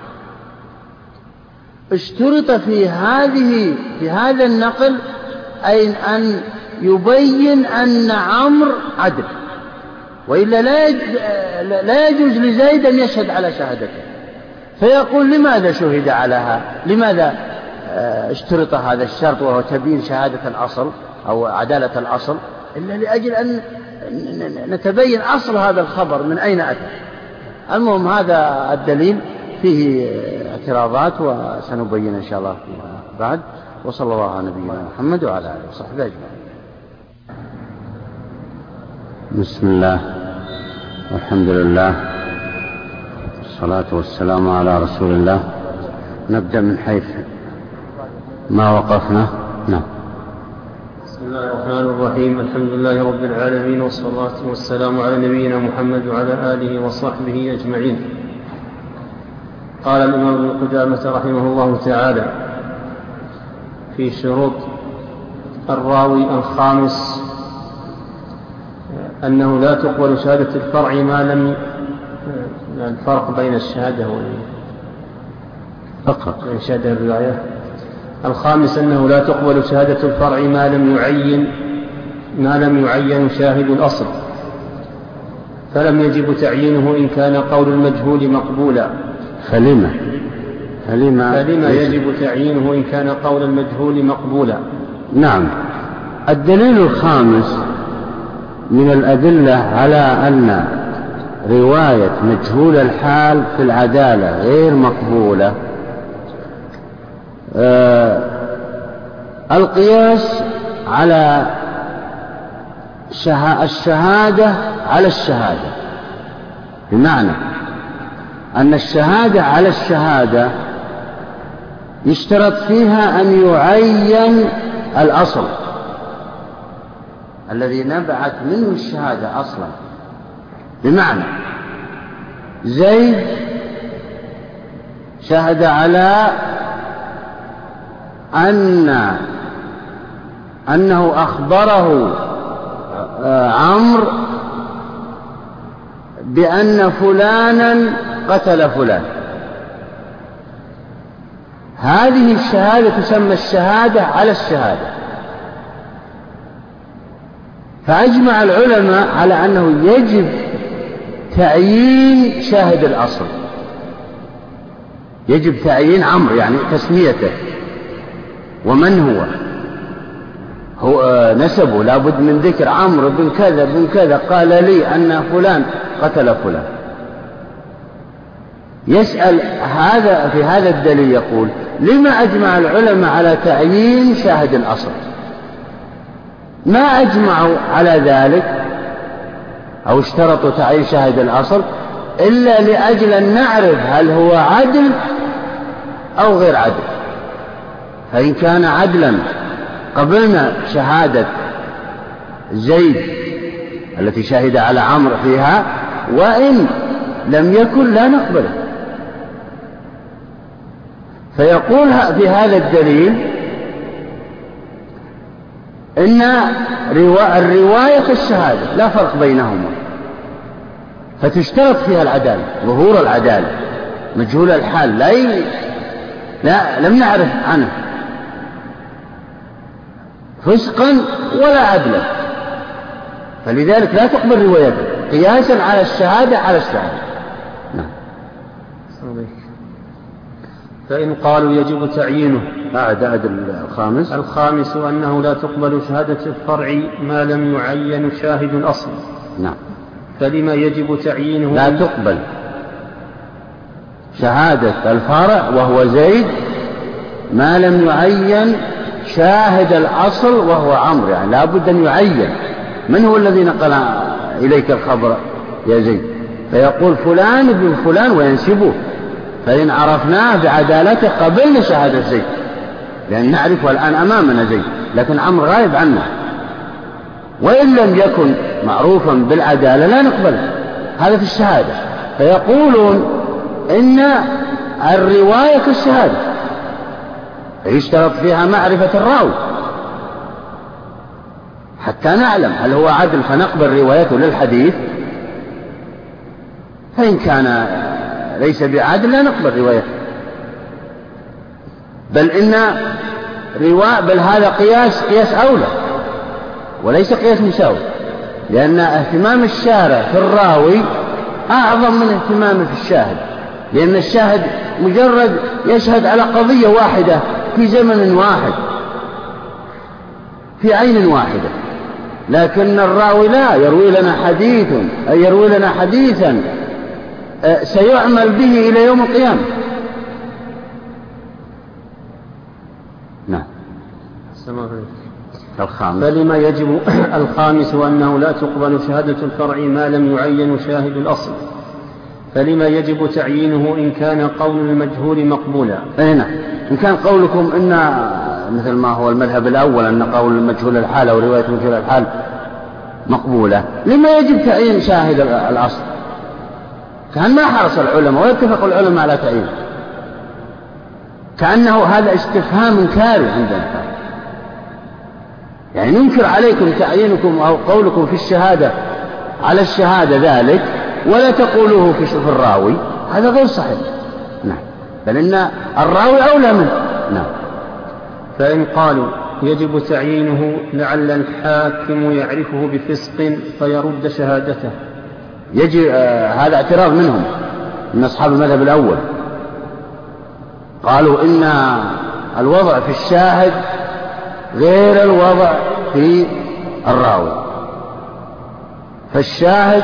اشترط في هذا النقل أي أن يبين أن عمرو عدل، وإلا لا يجوز لزيد أن يشهد على شهادته. فيقول لماذا شهد علىها؟ لماذا اشترط هذا الشرط وهو تبيين شهادة الأصل أو عدالة الأصل؟ إلا لأجل أن نتبين أصل هذا الخبر من أين أتى. المهم هذا الدليل فيه اعتراضات وسنبين إن شاء الله فيها بعد. وصلى الله على نبينا محمد وعلى آله وصحبه أجمعين. بسم الله والحمد لله والصلاة والسلام على رسول الله. نبدأ من حيث ما وقفنا. نعم. بسم الله الرحمن الرحيم. الحمد لله رب العالمين، والصلاة والسلام على نبينا محمد وعلى آله وصحبه أجمعين. قال الإمام ابن قدامة رحمه الله تعالى في شروط الراوي الخامس أنه لا تقبل شهادة الفرع ما لم، الفرق بين الشهادة بين شهادة الرواية. الخامس أنه لا تقبل شهادة الفرع ما لم يعين شاهد الأصل، فلم يجب تعيينه إن كان قول المجهول مقبولا. فلما يجب تعيينه إن كان قول المجهول مقبولا. نعم. الدليل الخامس من الأدلة على أن رواية مجهول الحال في العدالة غير مقبولة القياس على الشهادة على الشهادة، بمعنى أن الشهادة على الشهادة يشترط فيها أن يعين الأصل الذي نبعت منه الشهادة أصلا. بمعنى زيد شهد على أنه أخبره عمرو بأن فلانا قتل فلان. هذه الشهادة تسمى الشهادة على الشهادة. فأجمع العلماء على أنه يجب تعيين شاهد الأصل، يجب تعيين عمرو يعني تسميته ومن هو نسبه، لابد من ذكر عمرو بن كذا بن كذا قال لي أن فلان قتل فلان. يسأل هذا في هذا الدليل يقول لما أجمع العلماء على تعيين شاهد الأصل؟ ما أجمعوا على ذلك أو اشترطوا تعيين شاهد الأصل إلا لأجل أن نعرف هل هو عدل أو غير عدل. فإن كان عدلا قبلنا شهادة زيد التي شهد على عمرو فيها، وإن لم يكن لا نقبله. فيقول في هذا الدليل إن الرواية كالشهادة لا فرق بينهما، فتشترط فيها العدالة، ظهور العدالة، مجهول الحال لم نعرف عنه فسقا ولا عدلا، فلذلك لا تقبل روايته قياسا على الشهادة على الشهادة. نعم. فإن قالوا يجب تعيينه الخامس أنه لا تقبل شهادة الفرع ما لم يعين شاهد الأصل. نعم. فلما يجب تعيينه؟ لا تقبل شهادة الفرع وهو زيد ما لم يعين شاهد الأصل وهو عمرو، يعني لا بد أن يعين من هو الذي نقل إليك الخبر يا زيد، فيقول فلان ابن فلان وينسبه، فإن عرفناه بعدالته قبلنا شهادة زيد لأن نعرفه الآن أمامنا زيد، لكن عمرو غايب عنا، وإن لم يكن معروفا بالعدالة لا نقبله. هذا في الشهادة. فيقولون إن الرواية كالشهادة يشترط فيها معرفة الراوي حتى نعلم هل هو عدل فنقبل روايته للحديث، فإن كان ليس بعدل لا نقبل روايته. بل هذا قياس أولى وليس قياس مساوي، لأن اهتمام الشارع في الراوي أعظم من اهتمامه في الشاهد، لأن الشاهد مجرد يشهد على قضية واحدة في زمن واحد في عين واحدة، لكن الراوي لا يروي لنا حديثا سيعمل به إلى يوم القيامة. نعم. فلما يجب الخامس أنه لا تقبل شهادة الفرع ما لم يعين شاهد الأصل. فلما يجب تعيينه إن كان قول المجهول مقبولا؟ نعم. إن كان قولكم إن مثل ما هو المذهب الأول أن قول المجهول الحال أو رواية مجهول الحال مقبولة، لما يجب تعيين شاهد الأصل؟ كأن ما حرص العلماء ولا اتفق العلماء على تعيين، كأنه هذا استفهام كارث عندنا، يعني ننكر عليكم تعيينكم أو قولكم في الشهادة على الشهادة ذلك ولا تقولوه في الراوي، هذا غير صحيح. نعم. بل إن الراوي أولى منه. نعم. فإن قالوا يجب تعيينه لعل الحاكم يعرفه بفسق فيرد شهادته، يجي هذا اعتراض منهم من أصحاب المذهب الأول، قالوا إن الوضع في الشاهد غير الوضع في الراوي، فالشاهد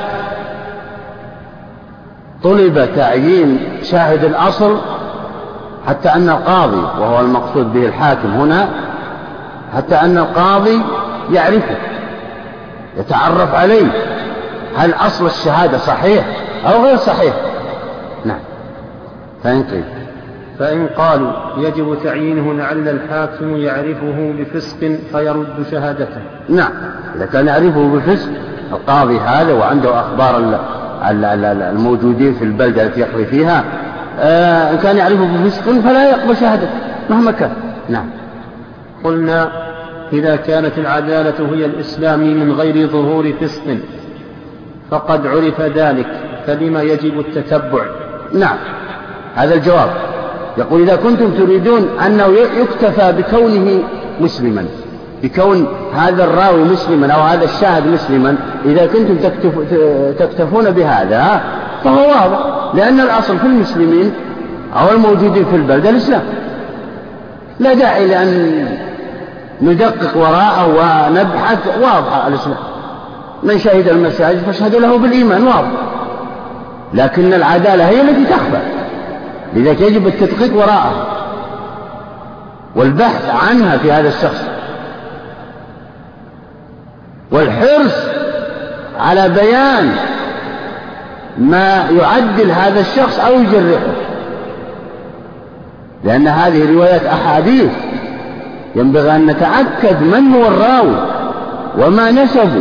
طلب تعيين شاهد الأصل حتى أن القاضي، وهو المقصود به الحاكم هنا، حتى أن القاضي يعرفه يتعرف عليه هل أصل الشهادة صحيح أو غير صحيح. نعم. فإن قيل فإن قالوا يجب تعيينه لعل الحاكم يعرفه بفسق فيرد شهادته. نعم، إذا كان يعرفه بفسق القاضي هذا وعنده أخبار الموجودين في البلدة التي يقضي فيها، إن كان يعرفه بفسق فلا يقبل شهادته مهما كان. نعم. قلنا إذا كانت العدالة هي الإسلام من غير ظهور فسق فقد عرف ذلك، فلما يجب التتبع؟ نعم، هذا الجواب. يقول إذا كنتم تريدون أنه يكتفى بكونه مسلما، بكون هذا الراوي مسلما أو هذا الشاهد مسلما، إذا كنتم تكتفون بهذا فهو واضح، لأن الأصل في المسلمين أو الموجودين في البلد الإسلام، لا داعي لأن ندقق وراءه ونبحث. واضح الإسلام، من شهد المساجد فاشهدوا له بالإيمان، واضح. لكن العدالة هي التي تخفى، لذلك يجب التدقيق وراءها والبحث عنها في هذا الشخص، والحرص على بيان ما يعدل هذا الشخص أو يجرحه، لأن هذه روايات أحاديث ينبغي أن نتأكد من هو الراوي وما نسبه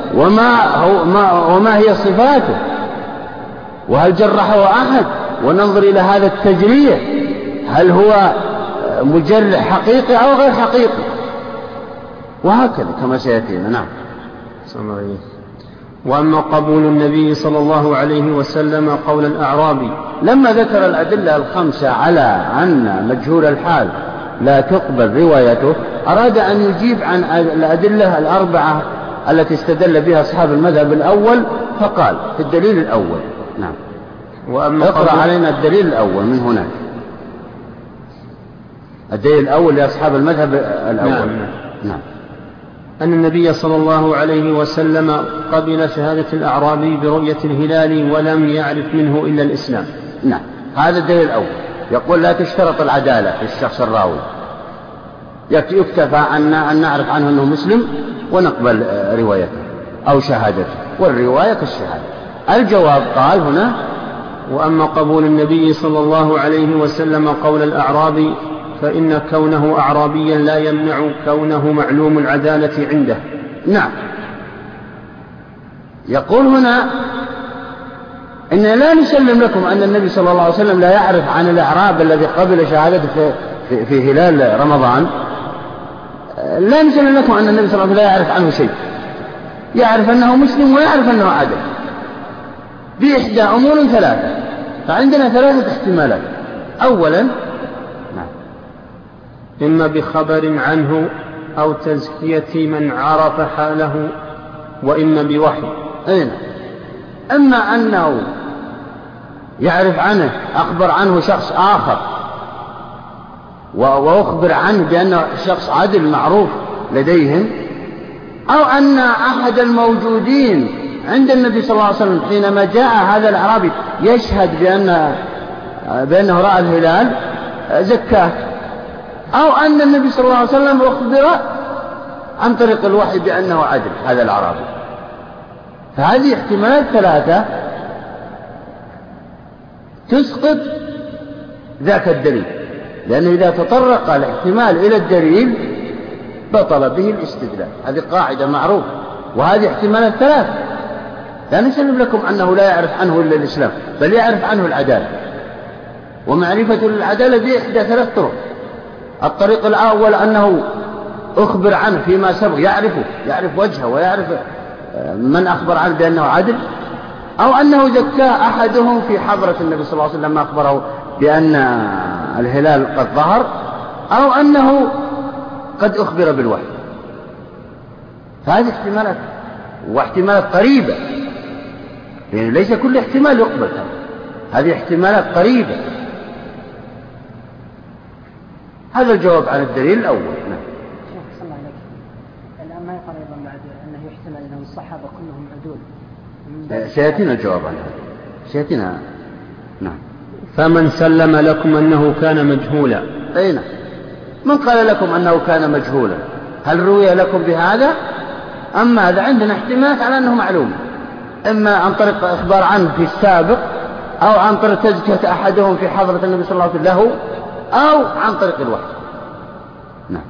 وما هي صفاته، وهل جرحه أحد، وننظر إلى هذا التجريح هل هو مجرح حقيقي أو غير حقيقي، وهكذا كما سيأتينا. نعم. وأما قبول النبي صلى الله عليه وسلم قول الأعرابي لما ذكر الأدلة الخمسة على أن مجهول الحال لا تقبل روايته، أراد أن يجيب عن الأدلة الأربعة التي استدل بها أصحاب المذهب الأول، فقال في الدليل الأول. نعم. اقرأ علينا الدليل الأول من هناك. الدليل الأول لأصحاب المذهب الأول. نعم. أن النبي صلى الله عليه وسلم قبل شهادة الأعرابي برؤية الهلال ولم يعرف منه إلا الإسلام. نعم، هذا الدليل الأول. يقول لا تشترط العدالة في الشخص الراوي، يكتفى أن نعرف عنه أنه مسلم ونقبل روايته أو شهادته، والرواية كالشهادة. الجواب قال هنا: وأما قبول النبي صلى الله عليه وسلم قول الأعرابي فإن كونه أعرابيا لا يمنع كونه معلوم العدالة عنده. نعم. يقول هنا إن لا نسلم لكم أن النبي صلى الله عليه وسلم لا يعرف عن الأعراب الذي قبل شهادته في هلال رمضان، لا نسلم لكم أن النبي صلى الله عليه وسلم لا يعرف عنه شيء، يعرف أنه مسلم ويعرف أنه عدل بإحدى أمور ثلاثة. فعندنا ثلاثة احتمالات. أولا إما بخبر عنه أو تزكية من عرف حاله، وإما بوحي. إما أنه يعرف عنه، أخبر عنه شخص آخر وأخبر عنه بأنه شخص عدل معروف لديهم، أو أن أحد الموجودين عند النبي صلى الله عليه وسلم حينما جاء هذا الأعرابي يشهد بأنه رأى الهلال زكاه، أو أن النبي صلى الله عليه وسلم أخبر عن طريق الوحي بأنه عدل هذا الأعرابي. فهذه احتمالات ثلاثة تسقط ذاك الدليل، لأنه إذا تطرق الاحتمال إلى الدليل بطل به الاستدلال. هذه قاعدة معروفة، وهذه احتمالات ثلاثة. لا نسلم لكم أنه لا يعرف عنه إلا الإسلام، بل يعرف عنه العدالة، ومعرفة العدالة بإحدى ثلاث طرق. الطريق الأول أنه أخبر عنه فيما سبق، يعرف وجهه ويعرف من أخبر عنه بأنه عدل، أو أنه زكاه أحدهم في حضرة النبي صلى الله عليه وسلم لما أخبره بأن الهلال قد ظهر، أو أنه قد أخبر بالوحي. فهذه احتمالات، واحتمالات قريبة، يعني ليس كل احتمال يقبل، هذه احتمالات قريبة. هذا الجواب عن الدليل الأول. نعم. شيخ صلى الله عليك، الآن ما يقال أيضا بعد أنه يحتمل أن الصحابة كلهم عدول. سيأتينا الجواب عن هذا، سيأتينا. نعم. فمن سلم لكم أنه كان مجهولا. نعم. من قال لكم أنه كان مجهولا؟ هل روي لكم بهذا؟ أما هذا عندنا احتمالات على أنه معلوم، إما عن طريق إخبار عنه في السابق، أو عن طريق تزكية أحدهم في حضرة النبي صلى الله عليه وسلم له، أو عن طريق الوحي. نعم.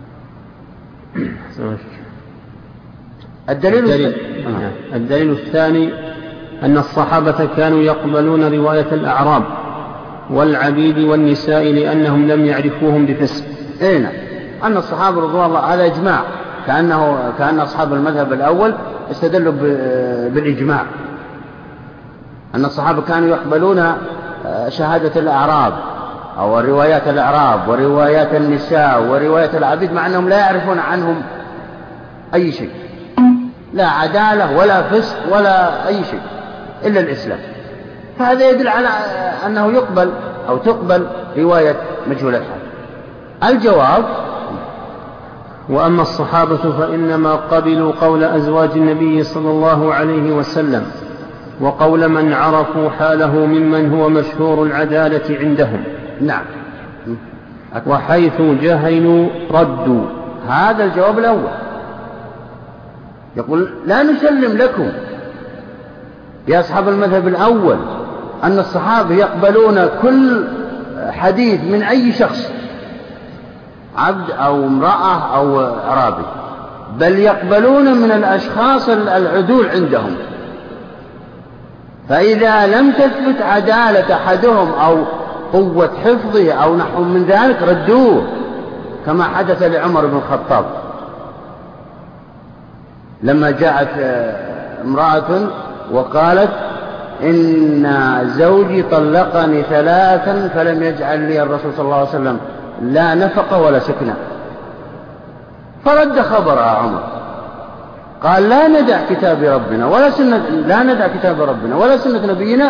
الدليل الثاني أن الصحابة كانوا يقبلون رواية الأعراب والعبيد والنساء لأنهم لم يعرفوهم بفسق. نعم. أن الصحابة رضوان الله على إجماع، كأن أصحاب المذهب الأول استدلوا بالإجماع أن الصحابة كانوا يقبلون شهادة الأعراب أو روايات الأعراب وروايات النساء وروايات العبيد، مع أنهم لا يعرفون عنهم أي شيء، لا عدالة ولا فسق ولا أي شيء إلا الإسلام. فهذا يدل على أنه يقبل أو تقبل رواية مجهول الحال. الجواب: وأما الصحابة فإنما قبلوا قول أزواج النبي صلى الله عليه وسلم وقول من عرفوا حاله ممن هو مشهور العدالة عندهم. نعم. وحيث جهلوا ردوا. هذا الجواب الأول. يقول: لا نسلم لكم يا أصحاب المذهب الأول أن الصحابة يقبلون كل حديث من أي شخص، عبد أو امرأة أو أعرابي، بل يقبلون من الأشخاص العدول عندهم، فإذا لم تثبت عدالة أحدهم أو قوة حفظه أو نحو من ذلك ردوه، كما حدث لعمر بن الخطاب لما جاءت امرأة وقالت: إن زوجي طلقني 3 فلم يجعل لي الرسول صلى الله عليه وسلم لا نفقة ولا سكنة. فرد خبرها عمر، قال: لا ندع كتاب ربنا ولا سنة نبينا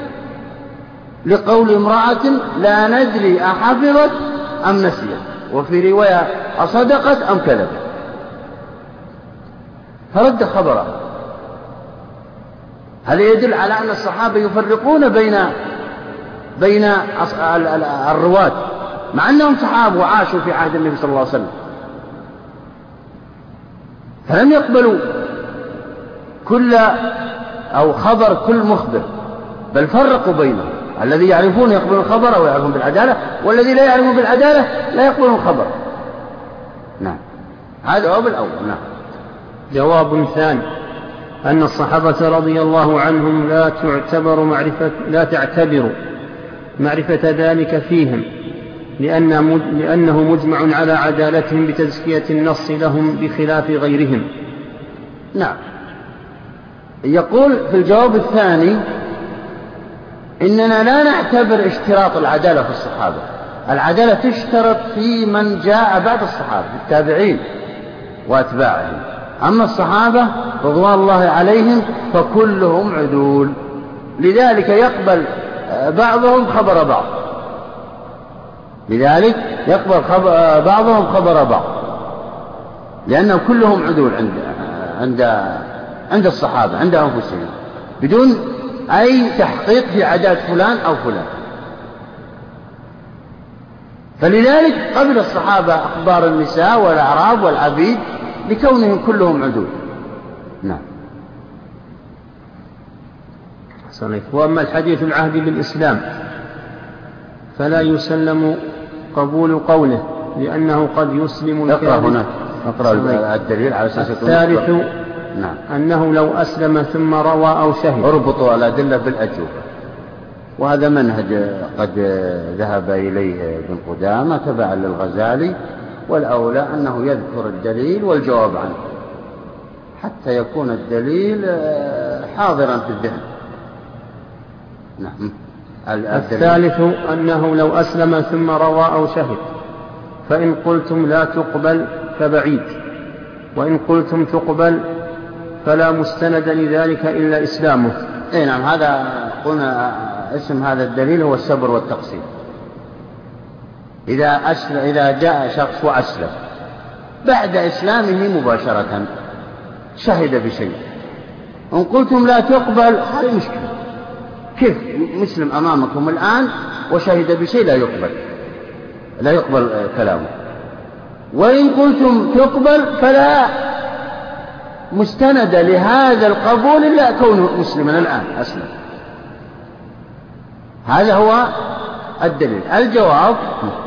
لقول امرأة لا ندري أحفظت أم نسيت، وفي رواية أصدقت أم كذبت. فرد خبرها. هل يدل على أن الصحابة يفرقون بين الرواة مع أنهم صحابة وعاشوا في عهد النبي صلى الله عليه وسلم، فلم يقبلوا كل أو خبر كل مخبر، بل فرقوا بينهم. الذي يعرفون يقبلون الخبر أو يعرفون بالعدالة، والذي لا يعرفون بالعدالة لا يقبلون الخبر. نعم. هذا هو الأول. نعم. جواب ثاني: أن الصحابة رضي الله عنهم لا تعتبر معرفة ذلك فيهم، لأنه مجمع على عدالتهم بتزكية النص لهم بخلاف غيرهم. نعم. يقول في الجواب الثاني: إننا لا نعتبر اشتراط العدالة في الصحابة، العدالة تشترط في من جاء بعد الصحابة، التابعين وأتباعهم. أما الصحابة رضوان الله عليهم فكلهم عدول، لذلك يقبل بعضهم خبر بعض، بعضهم خبر بعض، لأنهم كلهم عدول عند الصحابة، عند أنفسهم، بدون أي تحقيق في عدالة فلان أو فلان. فلذلك قبل الصحابة أخبار النساء والأعراب والعبيد لكونهم كلهم عدول. نعم. وأما الحديث العهد بالإسلام فلا يسلم قبول قوله، لأنه قد يسلم اقرأ هناك، اقرأ الدليل على أساس الثالث. نعم. أنه لو أسلم ثم روى أو شهد. اربطوا الأدلة بالأجوبة، وهذا منهج قد ذهب إليه ابن قدامة تبعا للغزالي، والأولى أنه يذكر الدليل والجواب عنه حتى يكون الدليل حاضرا في الذهن. نعم. الثالث أنه لو أسلم ثم روى أو شهد، فإن قلتم لا تقبل فبعيد، وإن قلتم تقبل فلا مستند لذلك إلا إسلامه. نعم. هذا قلنا اسم هذا الدليل هو الصبر والتقسيم. إذا جاء شخص وأسلم بعد إسلامه مباشرة شهد بشيء، إن قلتم لا تقبل هذه مشكلة. كيف مسلم أمامكم الآن وشهد بشيء لا يقبل كلامه؟ وإن قلتم تقبل فلا مستند لهذا القبول إلا كونه مسلما الآن أسلم. هذا هو الدليل. الجواب: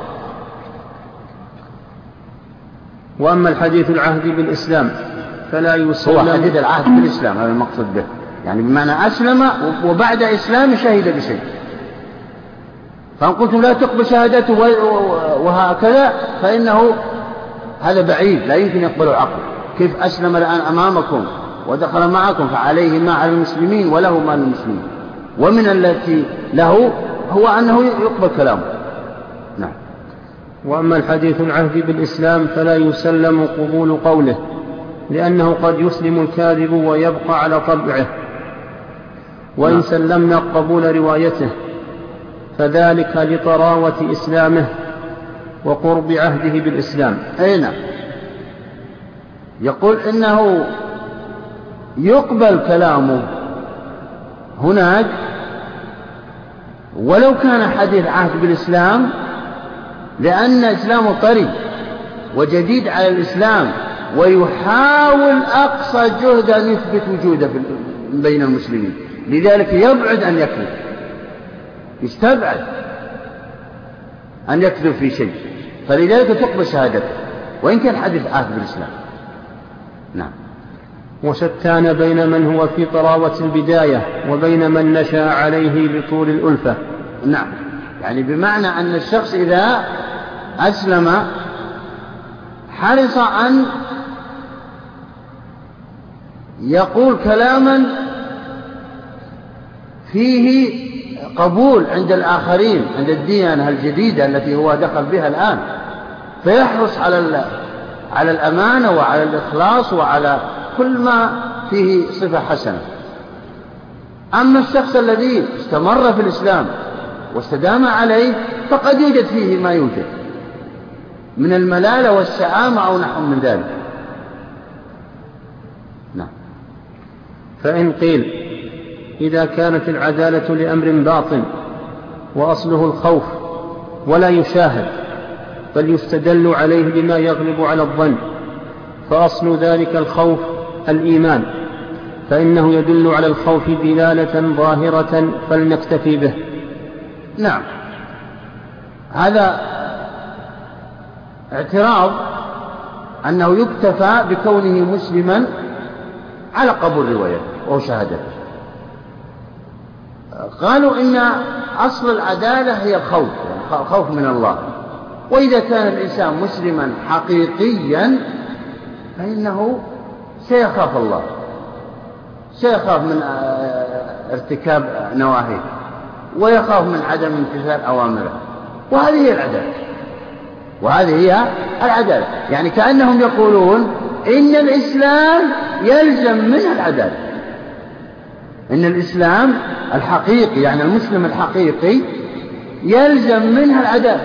وأما الحديث العهد بالإسلام فلا يسلم. هو حديث العهد بالإسلام، هذا المقصود به، يعني بمعنى أسلم وبعد إسلام شهد بشيء. فإن قلتم لا تقبل شهادته وهكذا فإنه هذا بعيد، لا يمكن يقبل عقل. كيف أسلم الآن أمامكم ودخل معكم فعليه ما على المسلمين وله ما للمسلمين، ومن التي له هو أنه يقبل كلامه. نعم. وأما الحديث العهد بالإسلام فلا يسلم قبول قوله، لأنه قد يسلم الكاذب ويبقى على طبعه، وإن سلمنا قبول روايته فذلك لطراوة إسلامه وقرب عهده بالإسلام. أي نعم. يقول إنه يقبل كلامه هناك ولو كان حديث عهد بالإسلام، لأن إسلامه طري وجديد على الإسلام، ويحاول أقصى جهد أن يثبت وجوده بين المسلمين، لذلك يبعد أن يكذب، يستبعد أن يكذب في شيء، فلذلك تقبل شهادته وإن كان حديث عهد بالإسلام. نعم. وشتان بين من هو في طراوة البداية وبين من نشأ عليه بطول الألفة. نعم، يعني بمعنى أن الشخص إذا أسلم حرص أن يقول كلاما فيه قبول عند الآخرين، عند الديانة الجديدة التي هو دخل بها الآن، فيحرص على الأمانة وعلى الإخلاص وعلى كل ما فيه صفة حسنة. أما الشخص الذي استمر في الإسلام واستدام عليه فقد يوجد فيه ما يوجد من الملالة والسعامة أو نحو من ذلك. نعم. فإن قيل إذا كانت العدالة لأمر باطن وأصله الخوف ولا يشاهد بل يستدل عليه بما يغلب على الظن، فأصل ذلك الخوف الإيمان، فإنه يدل على الخوف دلالة ظاهرة فلنكتفي به. نعم، هذا اعتراض أنه يكتفى بكونه مسلما على قبول روايته أو شهادته. قالوا إن أصل العدالة هي الخوف، يعني الخوف من الله، وإذا كان الإنسان مسلما حقيقيا فإنه سيخاف الله، سيخاف من ارتكاب نواهيه ويخاف من عدم امتثال أوامره، وهذه هي العدالة، وهذه هي العدالة. يعني كأنهم يقولون إن الإسلام يلزم منه العدالة، إن الإسلام الحقيقي يعني المسلم الحقيقي يلزم منه العدالة،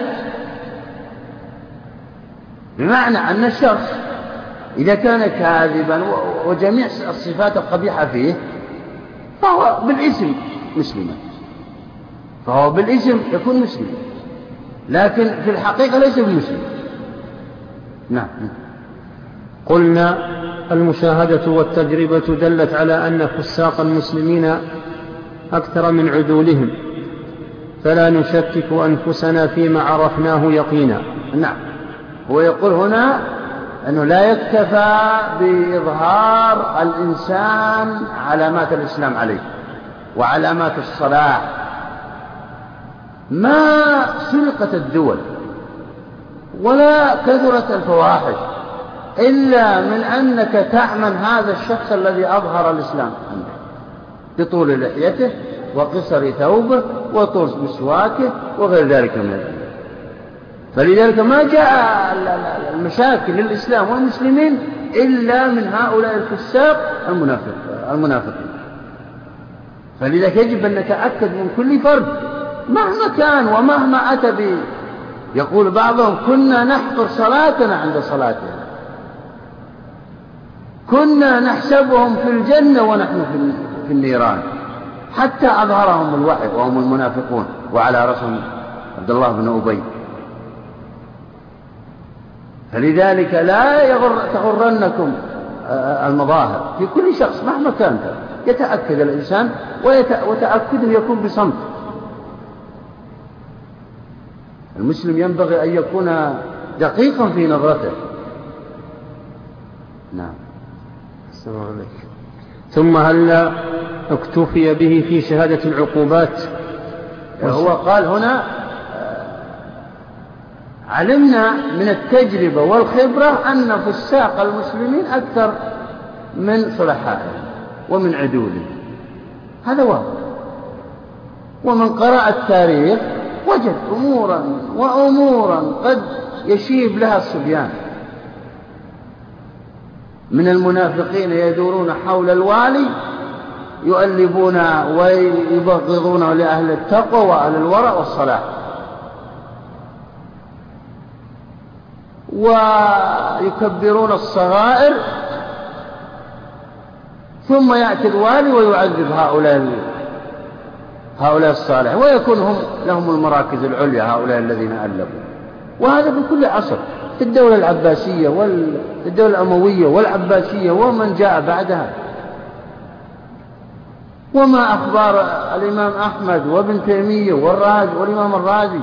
بمعنى أن الشخص إذا كان كاذبا وجميع الصفات القبيحة فيه فهو بالاسم مسلما، فهو بالاسم يكون مسلم، لكن في الحقيقة ليس بمسلم. نعم. قلنا المشاهدة والتجربة دلت على أن فساق المسلمين أكثر من عدولهم، فلا نشكك أنفسنا فيما عرفناه يقينا. نعم، هو يقول هنا أنه لا يكتفى بإظهار الإنسان علامات الإسلام عليه وعلامات الصلاح. ما سرقت الدول ولا كثرت الفواحش إلا من أنك تعمل هذا الشخص الذي أظهر الإسلام عنه بطول لحيته وقصر ثوبه وطول مسواكه وغير ذلك من الأمور. فلذلك ما جاء المشاكل للإسلام والمسلمين إلا من هؤلاء الفساق المنافقين. فلذلك يجب أن نتأكد من كل فرد مهما كان ومهما أتى به. يقول بعضهم كنا نحقر صلاتنا عند صلاتهم، كنا نحسبهم في الجنة ونحن في النيران، حتى أظهرهم الوحي وهم المنافقون وعلى رأسهم عبد الله بن أبي. فلذلك لا تغرنكم المظاهر في كل شخص مهما كان، يتأكد الإنسان وتأكده يكون بصمت، المسلم ينبغي أن يكون دقيقا في نظرته. نعم. السلام عليكم. ثم هل اكتفي به في شهادة العقوبات؟ هو قال هنا علمنا من التجربة والخبرة أن فساق المسلمين أكثر من صلحائهم ومن عدولهم، هذا واضح. ومن قرأ التاريخ وجد أمورا قد يشيب لها الصبيان، من المنافقين يدورون حول الوالي يؤلبون ويبغضونه لأهل التقوى وأهل الورع والصلاح، ويكبرون الصغائر، ثم يأتي الوالي ويعذب هؤلاء الصالح، ويكون هم لهم المراكز العليا هؤلاء الذين ألبوا. وهذا في كل عصر، في الدولة العباسية والدولة الأموية والعباسية ومن جاء بعدها. وما أخبار الإمام أحمد وابن تيمية والإمام الرازي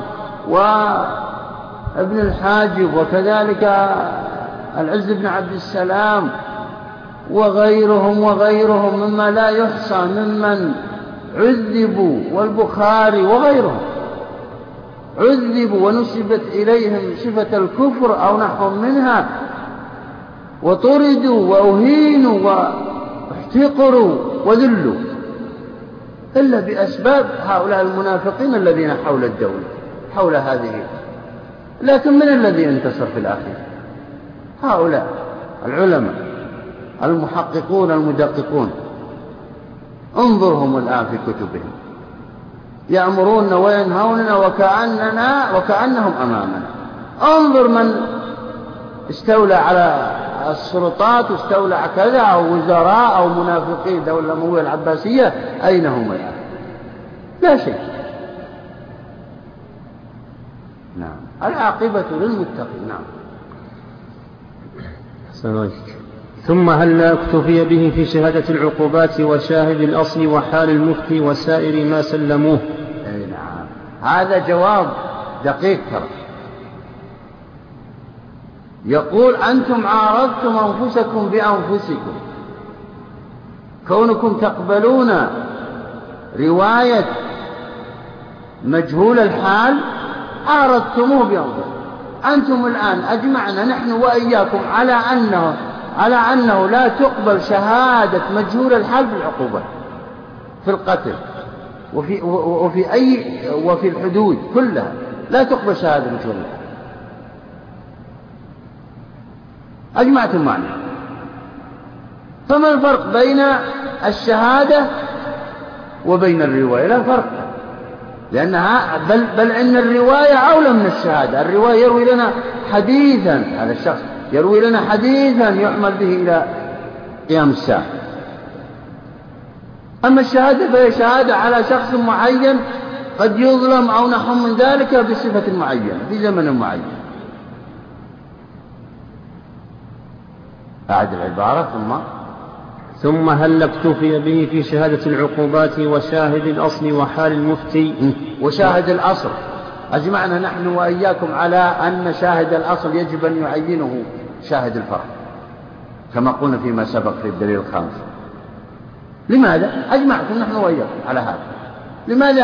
وابن الحاجب وكذلك العز بن عبد السلام وغيرهم مما لا يحصى ممن عذبوا، والبخاري وغيرهم عذبوا ونسبت إليهم صفة الكفر أو نحو منها، وطردوا وأهينوا واحتقروا وذلوا، إلا بأسباب هؤلاء المنافقين الذين حول الدولة، حول هذه. لكن من الذي انتصر في الآخر؟ هؤلاء العلماء المحققون المدققون. انظرهم الآن في كتبهم، يأمرون وينهوننا وكأنهم أمامنا. انظر من استولى على السلطات واستولى على كذا، أو وزراء أو منافقين الدولة الأموية العباسية، أين هم الآن؟ لا شيء. نعم. العاقبة للمتقين. نعم. ثم هل اكتفي به في شهادة العقوبات وشاهد الأصل وحال المفتي وسائر ما سلموه؟ أي نعم. هذا جواب دقيق ترى. يقول أنتم عارضتم أنفسكم بأنفسكم، كونكم تقبلون رواية مجهول الحال عارضتموه بأنفسكم. أنتم الآن أجمعنا نحن وإياكم على أنه لا تقبل شهادة مجهول الحال في العقوبة، في القتل وفي الحدود كلها لا تقبل شهادة مجهول الحال. أجمعتم معنا. فما الفرق بين الشهادة وبين الرواية؟ لا فرق، لأنها بل إن الرواية أولى من الشهادة. الرواية يروي لنا حديثا، هذا الشخص يروي لنا حديثا يعمل به إلى قيام الساعة. أما الشهادة فهي شهادة على شخص معين قد يظلم أو نحو من ذلك بصفة معينة في زمن معين. أعد العبارة. ثم هل اكتفي به في شهادة العقوبات وشاهد الأصل وحال المفتي؟ وشاهد الأصل أجمعنا نحن وإياكم على أن شاهد الأصل يجب أن يعينه شاهد الفرع، كما قلنا فيما سبق في الدليل الخامس. لماذا أجمعتم نحن وإياكم على هذا؟ لماذا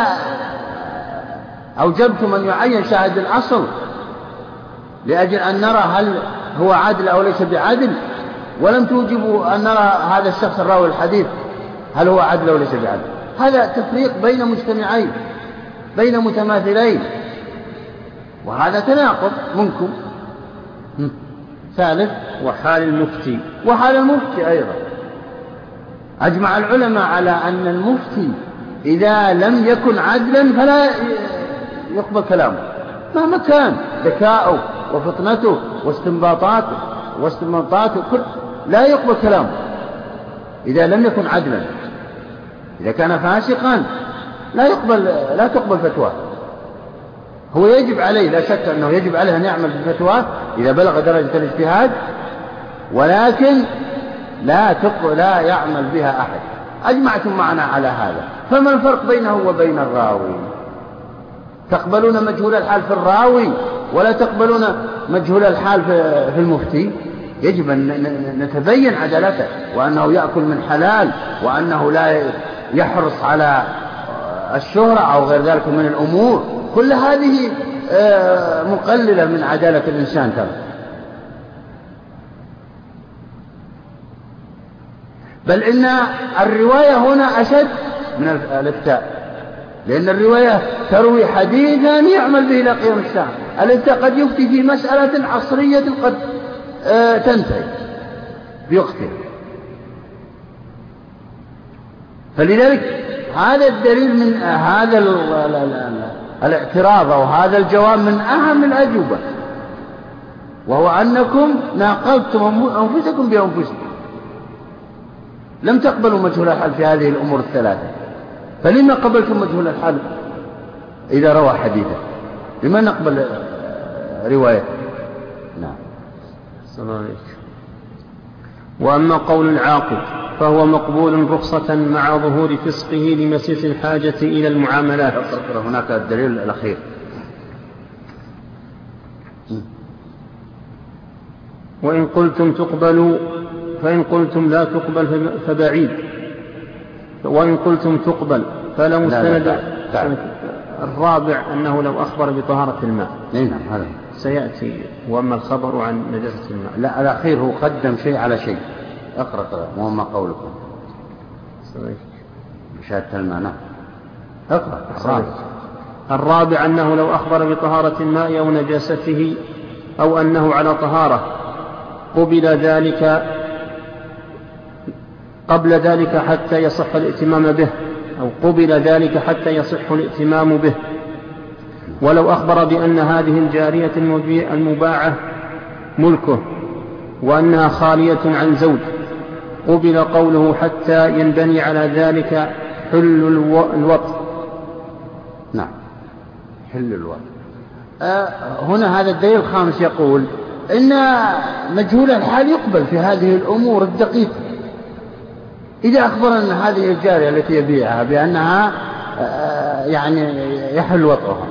أوجبتم أن يعين شاهد الأصل؟ لأجل أن نرى هل هو عادل أو ليس بعادل، ولم توجبوا أن نرى هذا الشخص الراوي الحديث هل هو عادل أو ليس بعادل. هذا تفريق بين مجتمعين، بين متماثلين، وهذا تناقض منكم. ثالث وحال المفتي. وحال المفتي أيضا أجمع العلماء على أن المفتي إذا لم يكن عدلا فلا يقبل كلامه، مهما كان ذكاؤه وفطنته واستنباطاته لا يقبل كلامه إذا لم يكن عدلا. إذا كان فاسقا لا تقبل فتواه. هو يجب عليه، لا شك أنه يجب عليه أن يعمل بفتواه إذا بلغ درجة الاجتهاد، ولكن لا يعمل بها أحد. أجمعتم معنا على هذا. فما الفرق بينه وبين الراوي؟ تقبلون مجهول الحال في الراوي ولا تقبلون مجهول الحال في المفتي؟ يجب أن نتبين عدالته، وأنه يأكل من حلال، وأنه لا يحرص على الشهرة أو غير ذلك من الأمور. كل هذه مقللة من عدالة الإنسان ترى. بل إن الرواية هنا أشد من الإفتاء، لأن الرواية تروي حديثا يعمل به إلى قيام الساعة. الإفتاء قد يفتي في مسألة عصرية قد تنتهي بوقتها. فلذلك هذا الدليل من هذا الاعتراض أو هذا الجواب من أهم الأجوبة، وهو أنكم ناقضتم أنفسكم بأنفسكم، لم تقبلوا مجهول الحال في هذه الأمور الثلاثة. فلما قبلتم مجهول الحال إذا روى حديثا؟ لما نقبل رواية؟ نعم. السلام عليكم. وأما قول العاقل فهو مقبول رخصة مع ظهور فسقه لمسيس الحاجة إلى المعاملات. هناك الدليل الأخير. وإن قلتم تقبل فإن قلتم لا تقبل فبعيد، وإن قلتم تقبل فلا مستند. الرابع أنه لو أخبر بطهارة الماء. نعم هذا سيأتي. وأما الخبر عن نجاسة الماء. لا الأخير هو قدم شيء على شيء. اقرأ وما قولكم. مشاهدة الماء. نعم اقرأ. الرابع أنه لو أخبر بطهارة الماء أو نجاسته أو أنه على طهارة قبل ذلك حتى يصح الائتمام به، أو قبل ذلك حتى يصح الائتمام به. ولو أخبر بأن هذه الجارية المباعة ملكه وأنها خالية عن زوج قبل قوله حتى ينبني على ذلك حل الوطء. نعم حل الوطء. هنا هذا الدليل الخامس يقول إن مجهول الحال يقبل في هذه الأمور الدقيقة. إذا أخبر أن هذه الجارية التي يبيعها بأنها يعني يحل وطئها،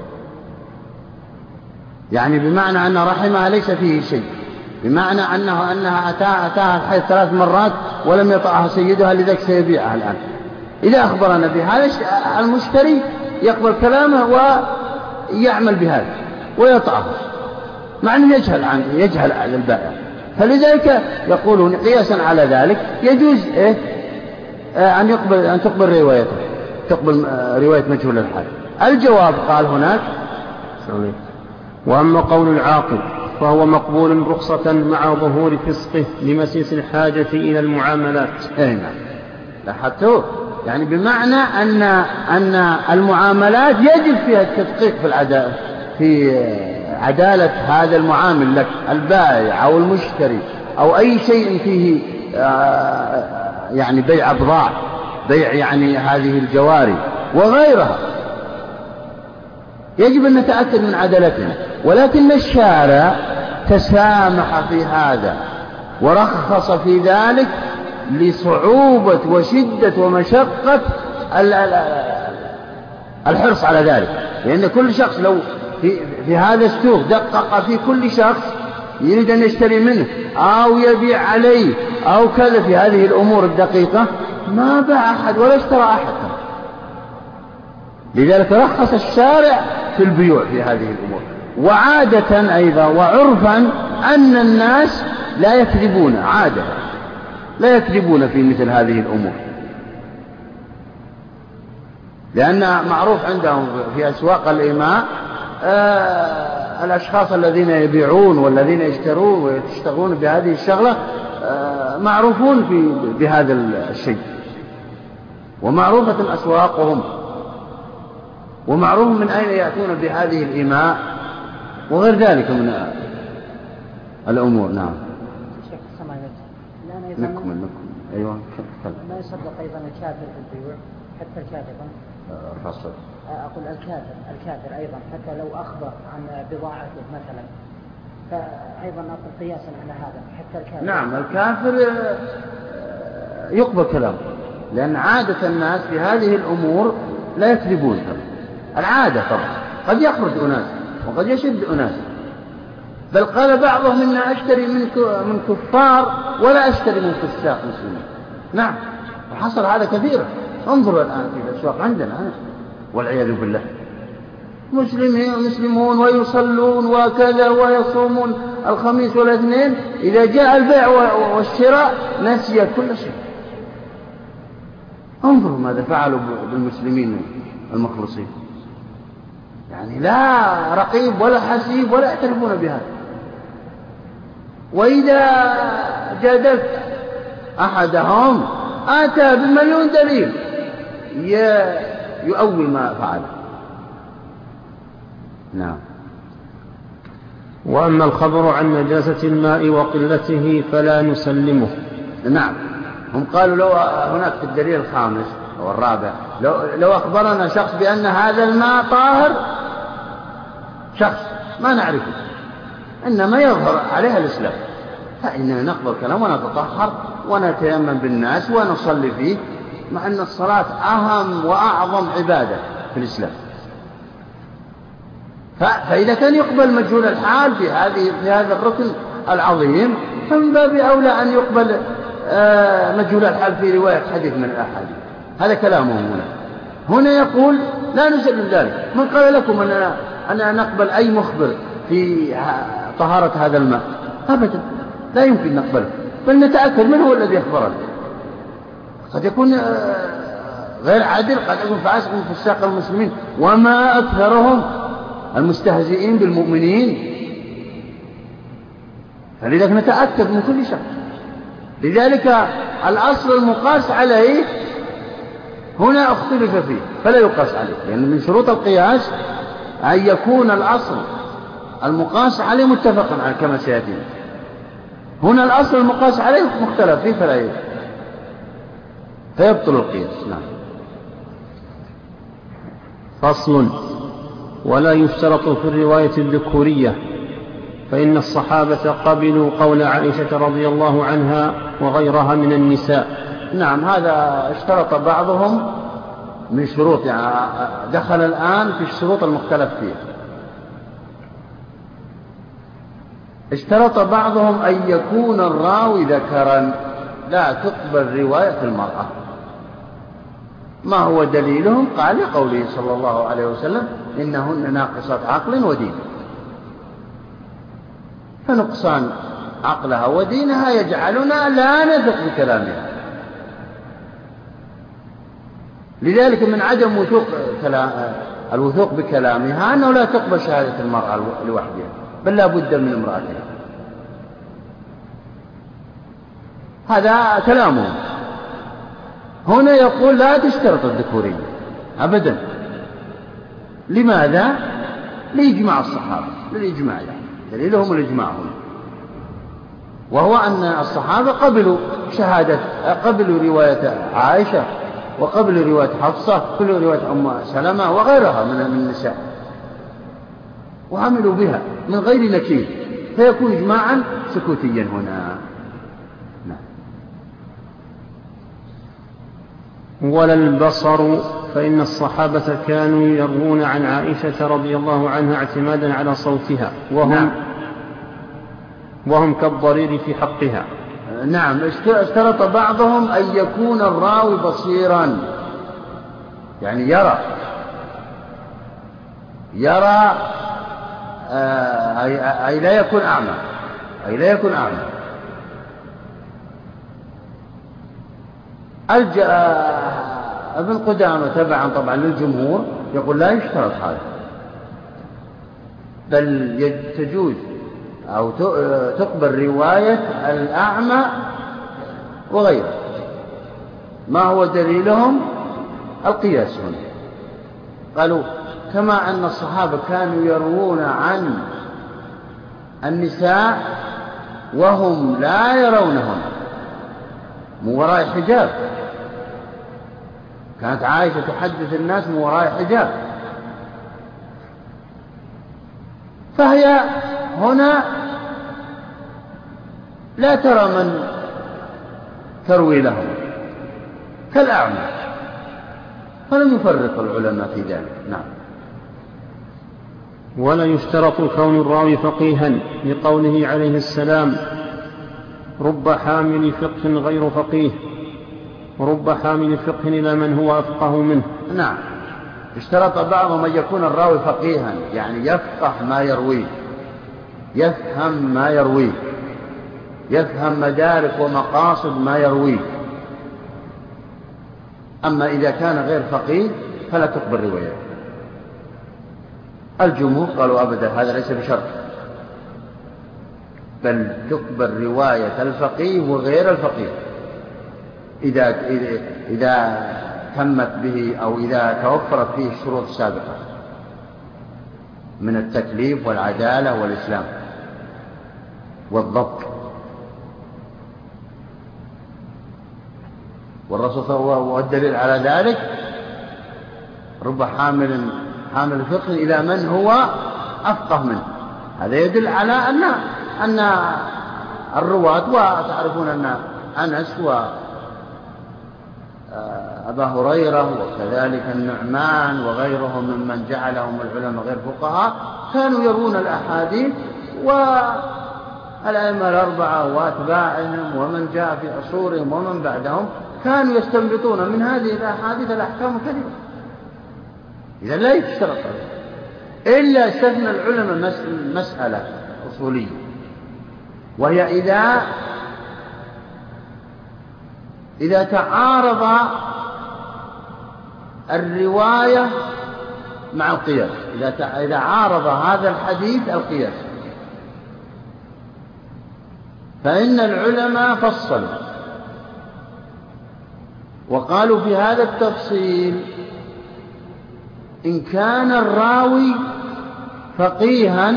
يعني بمعنى أن رحمها ليس فيه شيء، بمعنى أنها أتاها الحيض 3 مرات ولم يطعها سيدها لذلك سيبيعها الآن. إذا أخبرنا بهذا المشتري يقبل كلامه ويعمل بهذا ويطعه، مع أنه يجهل على البائع. فلذلك يقولون قياسا على ذلك يجوز أن تقبل روايته، تقبل رواية مجهول الحال. الجواب قال هناك. وأما قول العاقل فهو مقبول رخصة مع ظهور فسقه لمسيس الحاجة إلى المعاملات. نعم لاحظتوا، يعني بمعنى أن المعاملات يجب فيها التدقيق في عدالة هذا المعامل لك، البائع أو المشتري أو أي شيء فيه يعني بيع بضاعة، بيع يعني هذه الجواري وغيرها، يجب أن نتأكد من عدالتنا. ولكن الشارع تسامح في هذا ورخص في ذلك لصعوبة وشدة ومشقة الحرص على ذلك، لأن كل شخص لو في هذا السوق دقق في كل شخص يريد أن يشتري منه أو يبيع عليه أو كذا في هذه الأمور الدقيقة ما باع أحد ولا اشترى أحد. لذلك رخص الشارع في البيوع في هذه الأمور. وعادة أيضا وعرفا أن الناس لا يكذبون، عادة لا يكذبون في مثل هذه الأمور، لأن معروف عندهم في أسواق الإماء الأشخاص الذين يبيعون والذين يشترون ويشتغلون بهذه الشغلة معروفون بهذا الشيء، ومعروفة أسواقهم، ومعروف من أين يأتون بهذه الإماء وغير ذلك من الأمور. نعم. شيخ سمعت نكمل. أيوة. ما يصدق أيضا الكافر في البيوع، حتى الكافر فصل. أقول الكافر أيضا حتى لو أخبر عن بضاعته مثلا، فأيضا أقول قياسا على هذا حتى الكافر. نعم الكافر يقبل كلامه، لأن عادة الناس في هذه الأمور لا يكذبون. العادة طبعا، قد يخرج أناس وقد يشد أناس، بل قال بعضهم إنا أشتري من كفار ولا أشتري من فساق مسلمين. نعم، وحصل هذا كثيرا. انظروا الآن في الأسواق عندنا والعياذ بالله، مسلمون ويصلون وكذا ويصومون الخميس والاثنين، إذا جاء البيع والشراء نسي كل شيء. انظروا ماذا فعلوا بالمسلمين المخلصين، يعني لا رقيب ولا حسيب ولا يعترفون بهذا. وإذا جادلت أحدهم أتى بمليون دليل يؤول ما فعل. نعم. وأما الخبر عن نجاسة الماء وقلته فلا نسلمه. نعم، هم قالوا لو هناك في الدليل الخامس أو الرابع لو أخبرنا شخص بأن هذا الماء طاهر، شخص ما نعرفه إنما يظهر عليها الإسلام، فإننا نقبل كلام ونتطهر ونتيمم بالناس ونصلي فيه، مع أن الصلاة أهم وأعظم عبادة في الإسلام. فإذا كان يقبل مجهول الحال في هذا الركن العظيم، فمن باب أولى أن يقبل مجهول الحال في رواية حديث من الأحاديث. هذا كلامه هنا يقول لا نسلم ذلك. من قال لكم أن نقبل أي مخبر في طهارة هذا الماء؟ أبدا، لا يمكن نقبله، بل نتأكد من هو الذي أخبرنا. قد يكون غير عادل، قد يكون فاسق من فساق المسلمين، وما أكثرهم المستهزئين بالمؤمنين. فلذلك نتأكد من كل شيء. لذلك الأصل المقاس عليه هنا اختلف فيه فلا يقاس عليه، لأن من شروط القياس أن يكون الأصل المقاس عليه متفقا عليه كما سيأتي. هنا الأصل المقاس عليه مختلف فيه فيبطل القياس. نعم. فصل. ولا يشترط في الرواية الذكورية، فإن الصحابة قبلوا قول عائشة رضي الله عنها وغيرها من النساء. نعم، هذا اشترط بعضهم من شروط، يعني دخل الآن في الشروط المختلف فيها. اشترط بعضهم أن يكون الراوي ذكرا، لا تقبل رواية المرأة. ما هو دليلهم؟ قال لقوله صلى الله عليه وسلم إنهن ناقصات عقل ودين، فنقصان عقلها ودينها يجعلنا لا نثق بكلامها. لذلك من عدم الوثوق بكلامها أنه لا تقبل شهادة المرأة لوحدها، بل لا بد من امرأتها. هذا كلامهم. هنا يقول لا تشترط الذكورية أبدا. لماذا؟ لإجماع الصحابة، للإجماع، يعني دليلهم الإجماع هنا، وهو أن الصحابة قبلوا رواية عائشة، وقبلوا رواية حفصة، قبلوا رواية أم سلمة وغيرها من النساء، وعملوا بها من غير نكير، فيكون إجماعا سكوتيا هنا. ولا البصر، فإن الصحابة كانوا يروون عن عائشة رضي الله عنها اعتمادا على صوتها، وهم كالضرير في حقها. نعم، اشترط بعضهم أن يكون الراوي بصيرا، يعني يرى أي لا يكون أعمى. ابن قدامة تبعا طبعا للجمهور يقول لا يشترط هذا، بل تجوز أو تقبل رواية الأعمى وغيره. ما هو دليلهم؟ القياس هنا. قالوا كما أن الصحابة كانوا يروون عن النساء وهم لا يرونهن من وراء حجاب، كانت عائشة تحدث الناس من وراء حجاب، فهي هنا لا ترى من تروي لهم كالأعمى، فلم يفرق العلماء في ذلك. نعم. ولا يشترط كون الراوي فقيها لقوله عليه السلام: رب حامل فقه غير فقيه، ورب حامل فقه إلى من هو أفقه منه. نعم، اشترط بعضهم أن يكون الراوي فقيها، يعني يفقه ما يرويه، يفهم ما يرويه، يفهم مدارك ومقاصد ما يرويه. أما إذا كان غير فقيه فلا تقبل روايته. الجمهور قالوا أبدا هذا ليس بشرط، بل تقبل رواية الفقيه وغير الفقيه إذا تمت به أو إذا توفرت فيه الشروط السابقة من التكليف والعدالة والإسلام والضبط. والرسول صلى الله عليه وسلم والدليل على ذلك: رب حامل فقه إلى من هو أفقه منه. هذا يدل على أن الرواة، وتعرفون أن أنس وأبا هريرة وكذلك النعمان وغيرهم ممن جعلهم العلماء غير فقهاء كانوا يرون الأحاديث، والأئمة الأربعة وأتباعهم ومن جاء في عصورهم ومن بعدهم كانوا يستنبطون من هذه الأحاديث الأحكام الكثيرة. إذا لا يشترط إلا استثنى العلماء مسألة أصولية، وهي إذا تعارض الرواية مع القياس، إذا عارض هذا الحديث القياس، فإن العلماء فصلوا وقالوا في هذا التفصيل: إن كان الراوي فقيها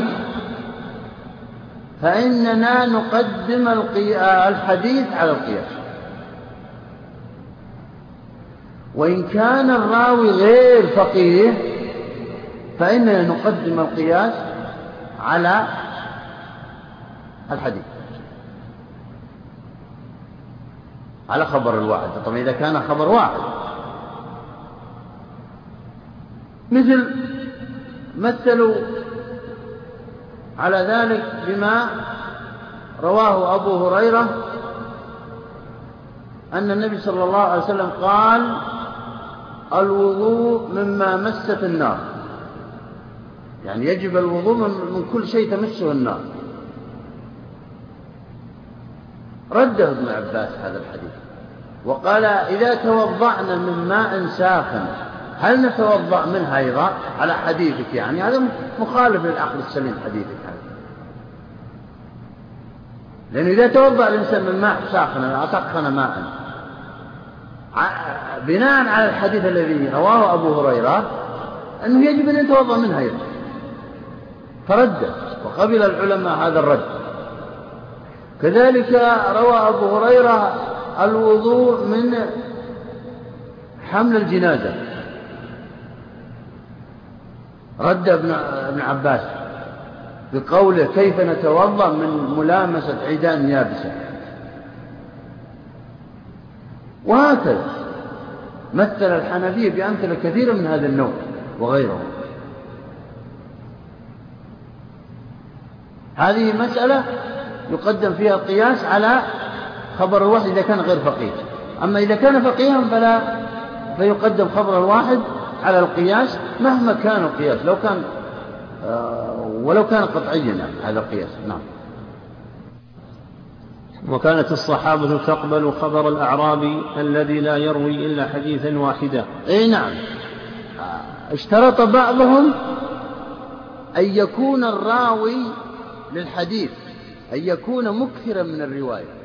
فإننا نقدم الحديث على القياس، وإن كان الراوي غير فقيه فإننا نقدم القياس على الحديث، على خبر الواحد. طبعا إذا كان خبر واحد، مثلوا على ذلك بما رواه أبو هريرة أن النبي صلى الله عليه وسلم قال: الوضوء مما مست النار، يعني يجب الوضوء من كل شيء تمسه النار. رده ابن عباس هذا الحديث وقال: إذا توضعنا من ماء ساخن هل نتوضأ منها أيضا؟ على حديثك، يعني هذا مخالف للعقل السليم حديثك هذا، لأنه إذا توضأ الإنسان من ماء ساخن أو سخن ماء بناء على الحديث الذي رواه أبو هريرة أنه يجب أن يتوضأ منها أيضا، فرد وقبل العلماء هذا الرد. كذلك روى أبو هريرة الوضوء من حمل الجنازة، رد ابن عباس بقوله: كيف نتوضأ من ملامسة عيدان يابسة؟ وهكذا مثل الحنفية بأمثلة كثيرة من هذا النوع وغيره. هذه مسألة يقدم فيها القياس على خبر الواحد إذا كان غير فقيه. أما إذا كان فقيها فيقدم خبر الواحد على القياس مهما كان القياس، ولو كان قطعيا هذا القياس. نعم. وكانت الصحابة تقبل خبر الأعرابي الذي لا يروي إلا حديثا واحدا. أي نعم. اشترط بعضهم أن يكون الراوي للحديث أن يكون مكثرا من الرواية،